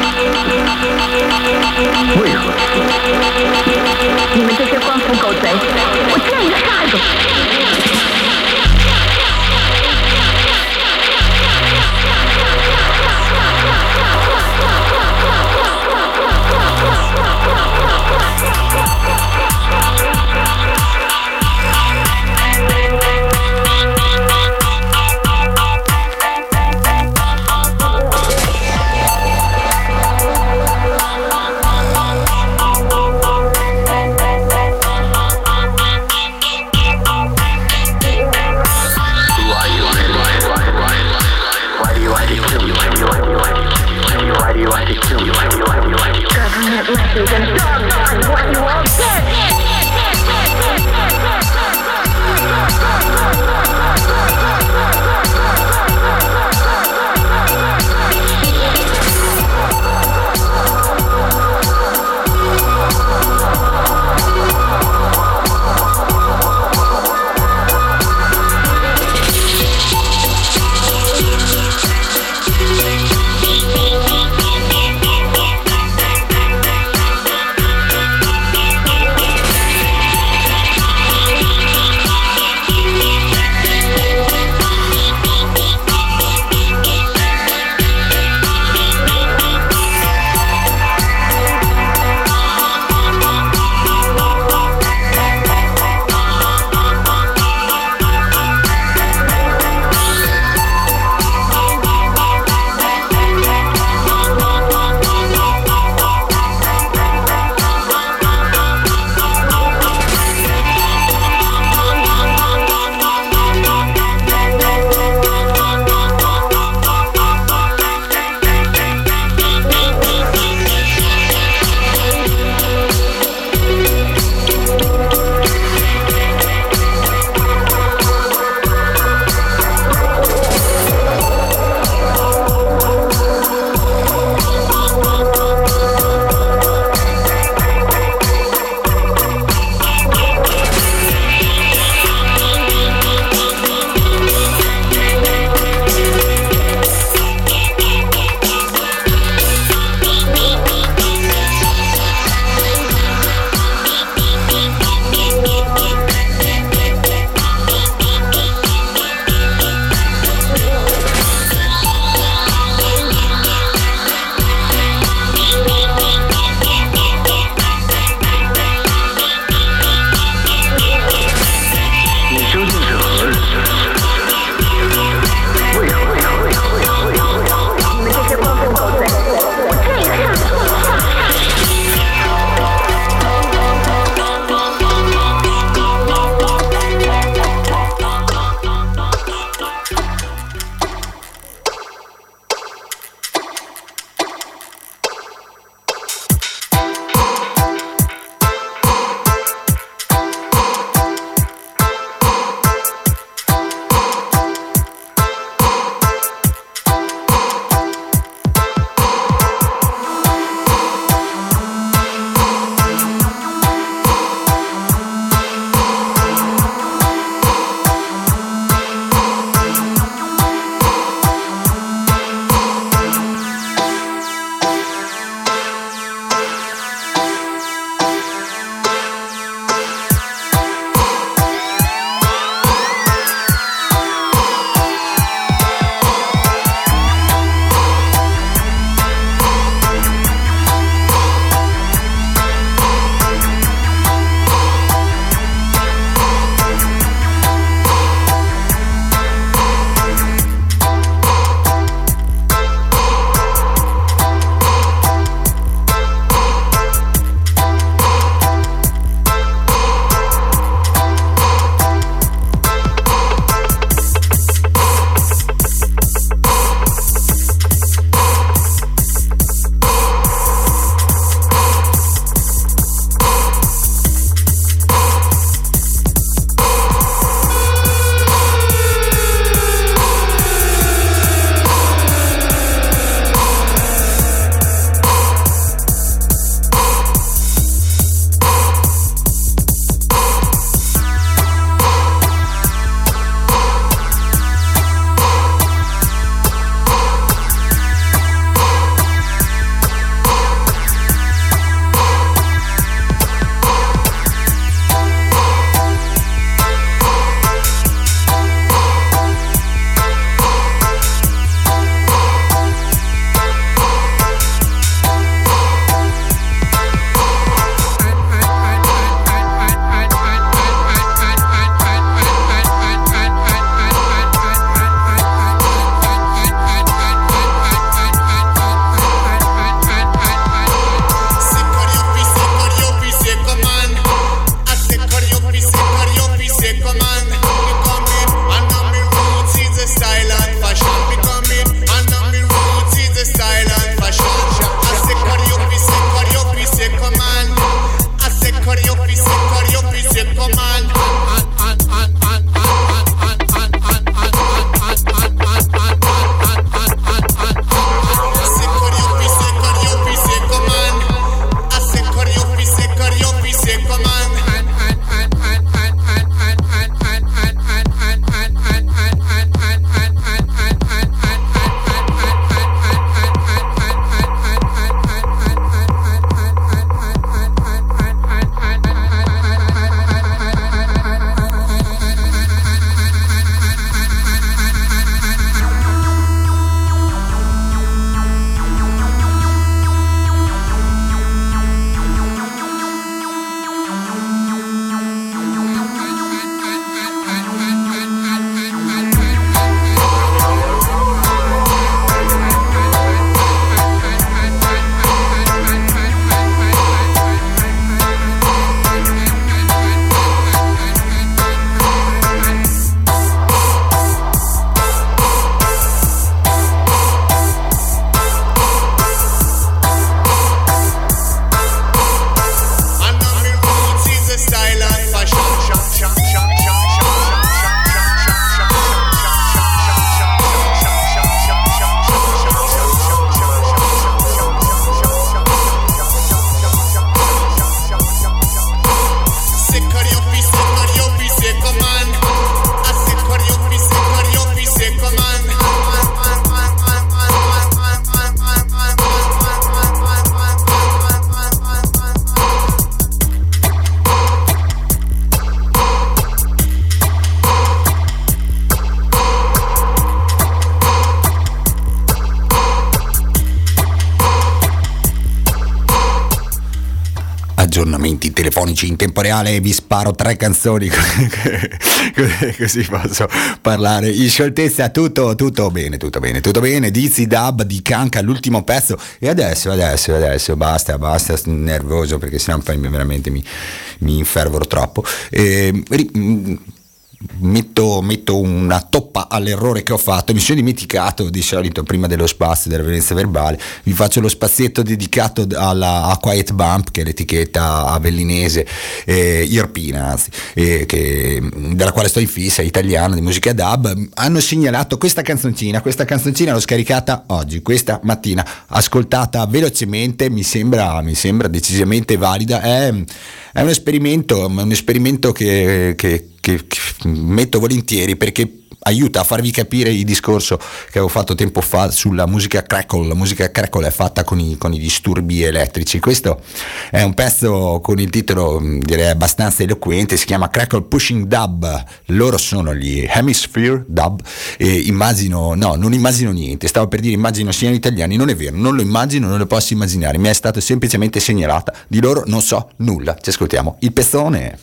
Speaker 10: 为何说？你们这些官府狗贼，我见一个杀一个！
Speaker 3: aggiornamenti telefonici in tempo reale, vi sparo tre canzoni così posso parlare in scioltezza. Tutto, tutto bene, tutto bene, tutto bene. Dizzy Dub di Kanka, l'ultimo pezzo. E adesso, adesso, adesso basta, basta, nervoso perché sennò poi veramente mi, mi infervoro troppo. E, ri, Metto, metto una toppa all'errore che ho fatto. Mi sono dimenticato di solito prima dello spazio della violenza verbale. Vi faccio lo spazietto dedicato alla a Quiet Bump, che è l'etichetta avellinese, eh, irpina anzi, eh, che, della quale sto in fissa, italiana, di musica dub. Hanno segnalato questa canzoncina. Questa canzoncina l'ho scaricata oggi, questa mattina, ascoltata velocemente, mi sembra, mi sembra decisamente valida. È, è un esperimento, un esperimento che, che Che, che metto volentieri perché aiuta a farvi capire il discorso che avevo fatto tempo fa sulla musica crackle. La musica crackle è fatta con i, con i disturbi elettrici. Questo è un pezzo con il titolo direi abbastanza eloquente, si chiama Crackle Pushing Dub. Loro sono gli Hemisphere Dub e immagino, no, non immagino niente, stavo per dire immagino siano italiani, non è vero, non lo immagino, non lo posso immaginare, mi è stato semplicemente segnalata, di loro non so nulla. Ci ascoltiamo il pezzone.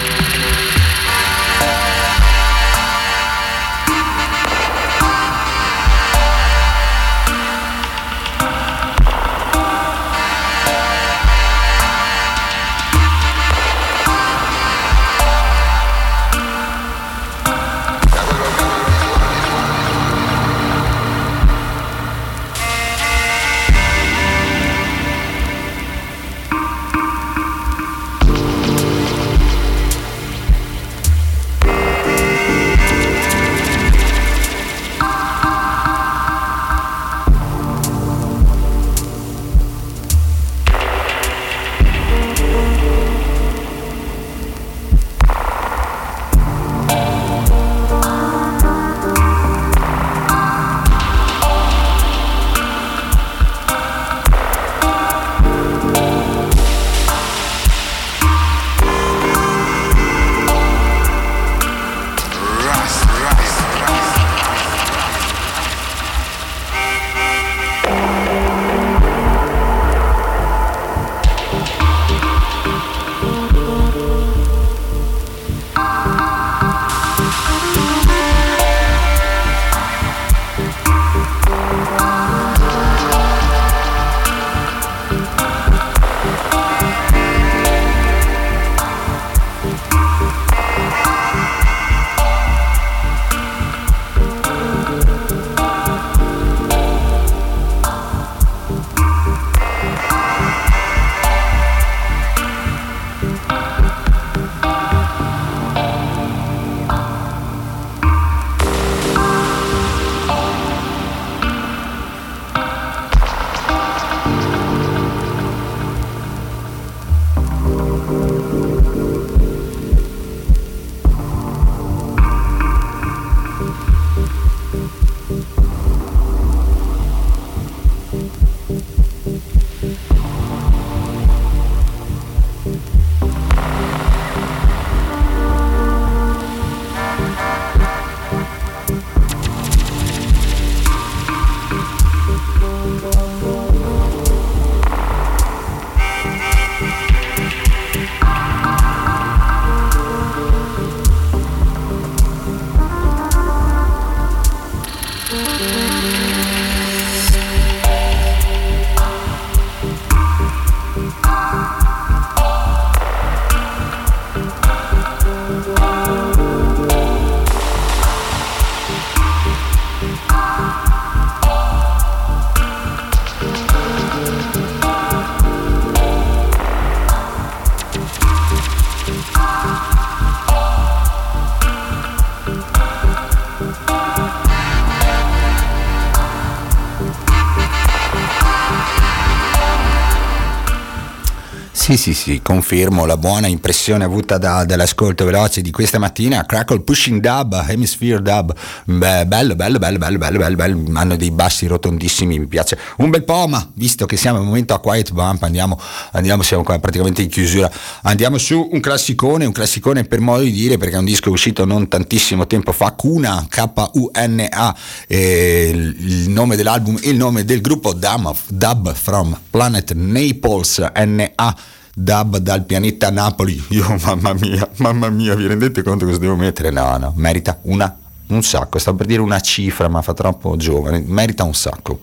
Speaker 3: Sì, sì, sì, confermo la buona impressione avuta da, dall'ascolto veloce di questa mattina. Crackle Pushing Dub, Hemisphere Dub, beh, bello, bello, bello, bello, bello, bello, bello, hanno dei bassi rotondissimi, mi piace un bel po', ma visto che siamo al momento a Quiet Bump, andiamo, andiamo, siamo qua praticamente in chiusura, andiamo su un classicone, un classicone per modo di dire, perché è un disco uscito non tantissimo tempo fa, Kuna, K U N A, eh, il nome dell'album e il nome del gruppo Dub, Dub from Planet Naples, N A dub dal pianeta Napoli. Io mamma mia, mamma mia, vi rendete conto cosa devo mettere? No, no, merita una, un sacco, stavo per dire una cifra ma fa troppo giovane, merita un sacco.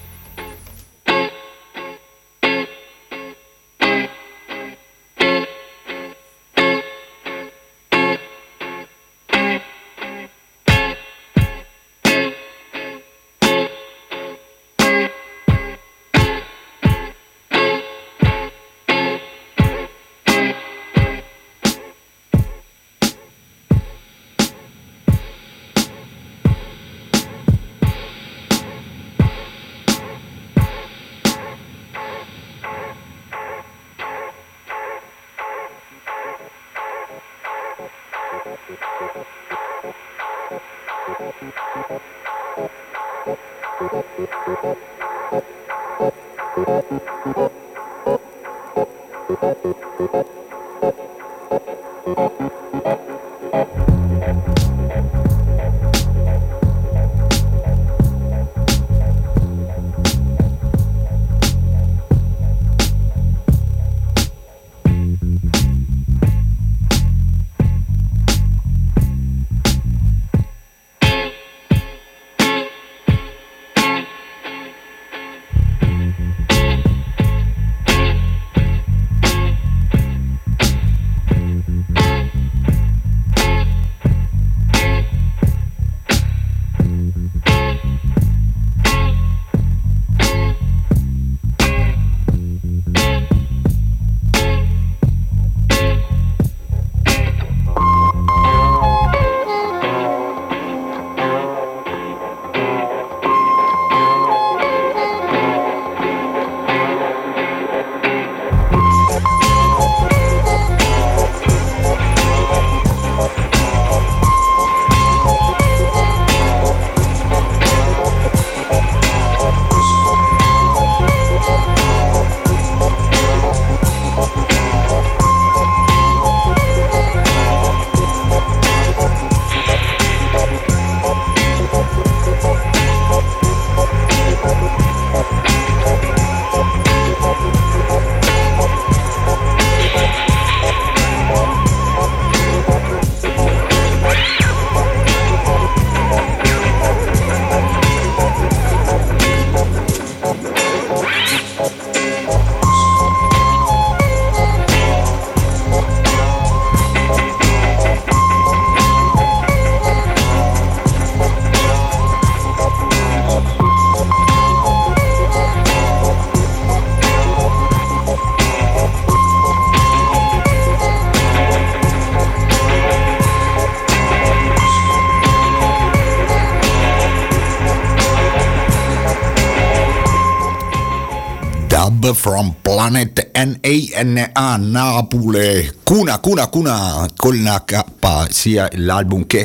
Speaker 3: From Planet N A N A Napoli, Cuna Cuna Cuna con la K, sia l'album che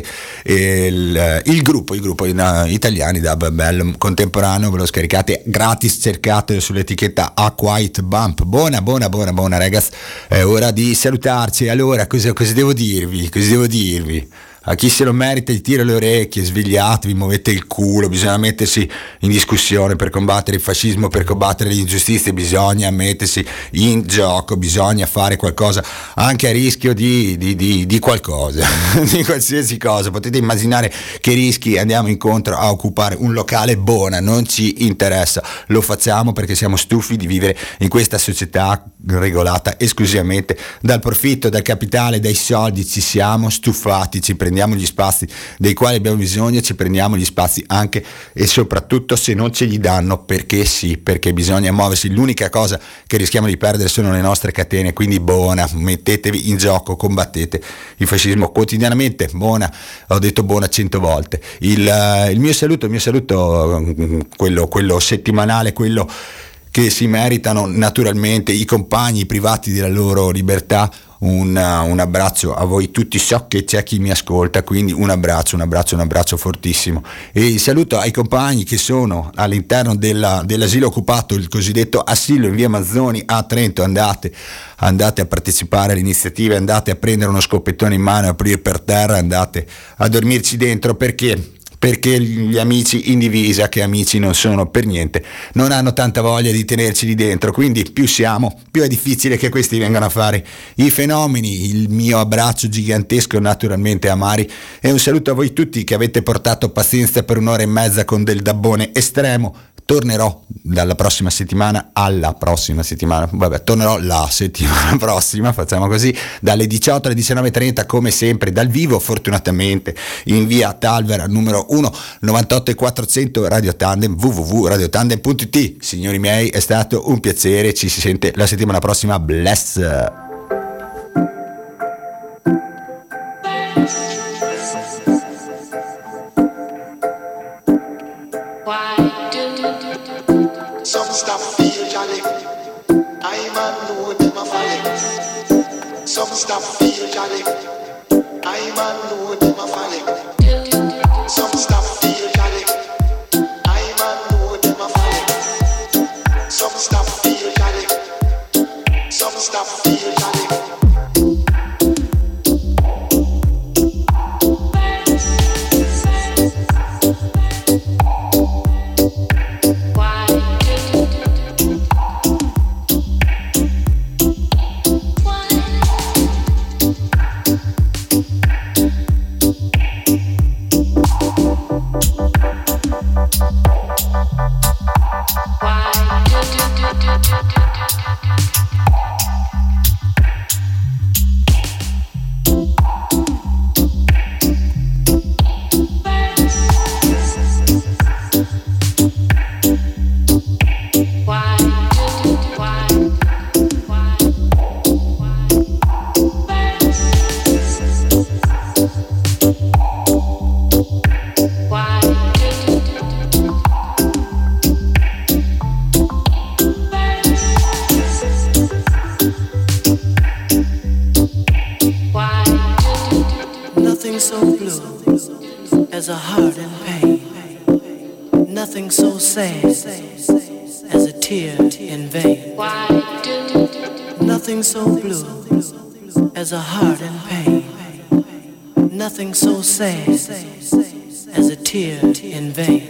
Speaker 3: il, il gruppo, il gruppo in, uh, italiani dub bello contemporaneo, ve lo scaricate gratis, cercate sull'etichetta A Quiet Bump. Buona buona buona buona ragazzi, è ora di salutarci. Allora cosa, cosa devo dirvi? Cosa devo dirvi? A chi se lo merita gli tira le orecchie, svegliatevi, muovete il culo, bisogna mettersi in discussione per combattere il fascismo, per combattere le ingiustizie, bisogna mettersi in gioco, bisogna fare qualcosa anche a rischio di, di, di, di qualcosa, di qualsiasi cosa. Potete immaginare che rischi andiamo incontro a occupare un locale? Buona, non ci interessa, lo facciamo perché siamo stufi di vivere in questa società regolata esclusivamente dal profitto, dal capitale, dai soldi. Ci siamo stufati, ci prendiamo gli spazi dei quali abbiamo bisogno, ci prendiamo gli spazi anche e soprattutto se non ce li danno, perché sì, perché bisogna muoversi. L'unica cosa che rischiamo di perdere sono le nostre catene, quindi buona, mettetevi in gioco, combattete il fascismo quotidianamente. Buona, ho detto buona cento volte. Il, uh, il mio saluto, il mio saluto quello, quello settimanale, quello che si meritano naturalmente i compagni privati della loro libertà. Un, un abbraccio a voi tutti, so che c'è chi mi ascolta, quindi un abbraccio, un abbraccio, un abbraccio fortissimo, e il saluto ai compagni che sono all'interno della, dell'asilo occupato, il cosiddetto asilo in via Mazzoni a Trento. Andate, andate a partecipare alle iniziative, andate a prendere uno scopettone in mano e aprire per terra, andate a dormirci dentro, perché perché gli amici in divisa, che amici non sono per niente, non hanno tanta voglia di tenerci lì dentro, quindi più siamo, più è difficile che questi vengano a fare i fenomeni. Il mio abbraccio gigantesco naturalmente a Mari e un saluto a voi tutti che avete portato pazienza per un'ora e mezza con del dabbone estremo. Tornerò dalla prossima settimana alla prossima settimana, vabbè, tornerò la settimana prossima, facciamo così, dalle diciotto alle diciannove e trenta come sempre dal vivo, fortunatamente in via Talvera numero uno, novantotto e quattrocento, Radio Tandem, w w w punto radio tandem punto i t. Signori miei, è stato un piacere, ci si sente la settimana prossima, bless.
Speaker 11: Some stuff feel jolly, I man know them a folly. Some stuff feel jolly, I man know them a folly. Some stuff feel jolly, I man know them a folly. Some stuff feel jolly, some stuff feel jolly. Nothing so blue as a heart in pain. Nothing so sad as a tear in vain.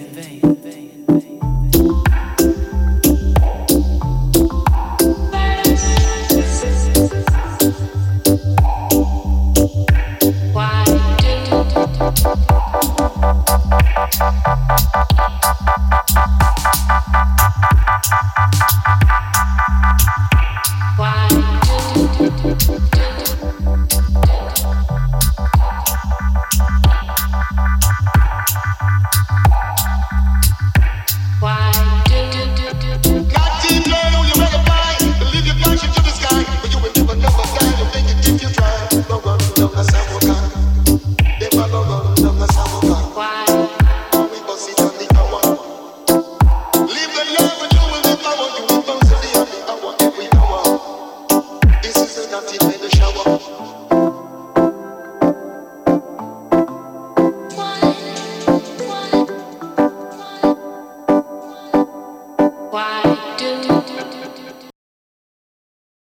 Speaker 11: Why?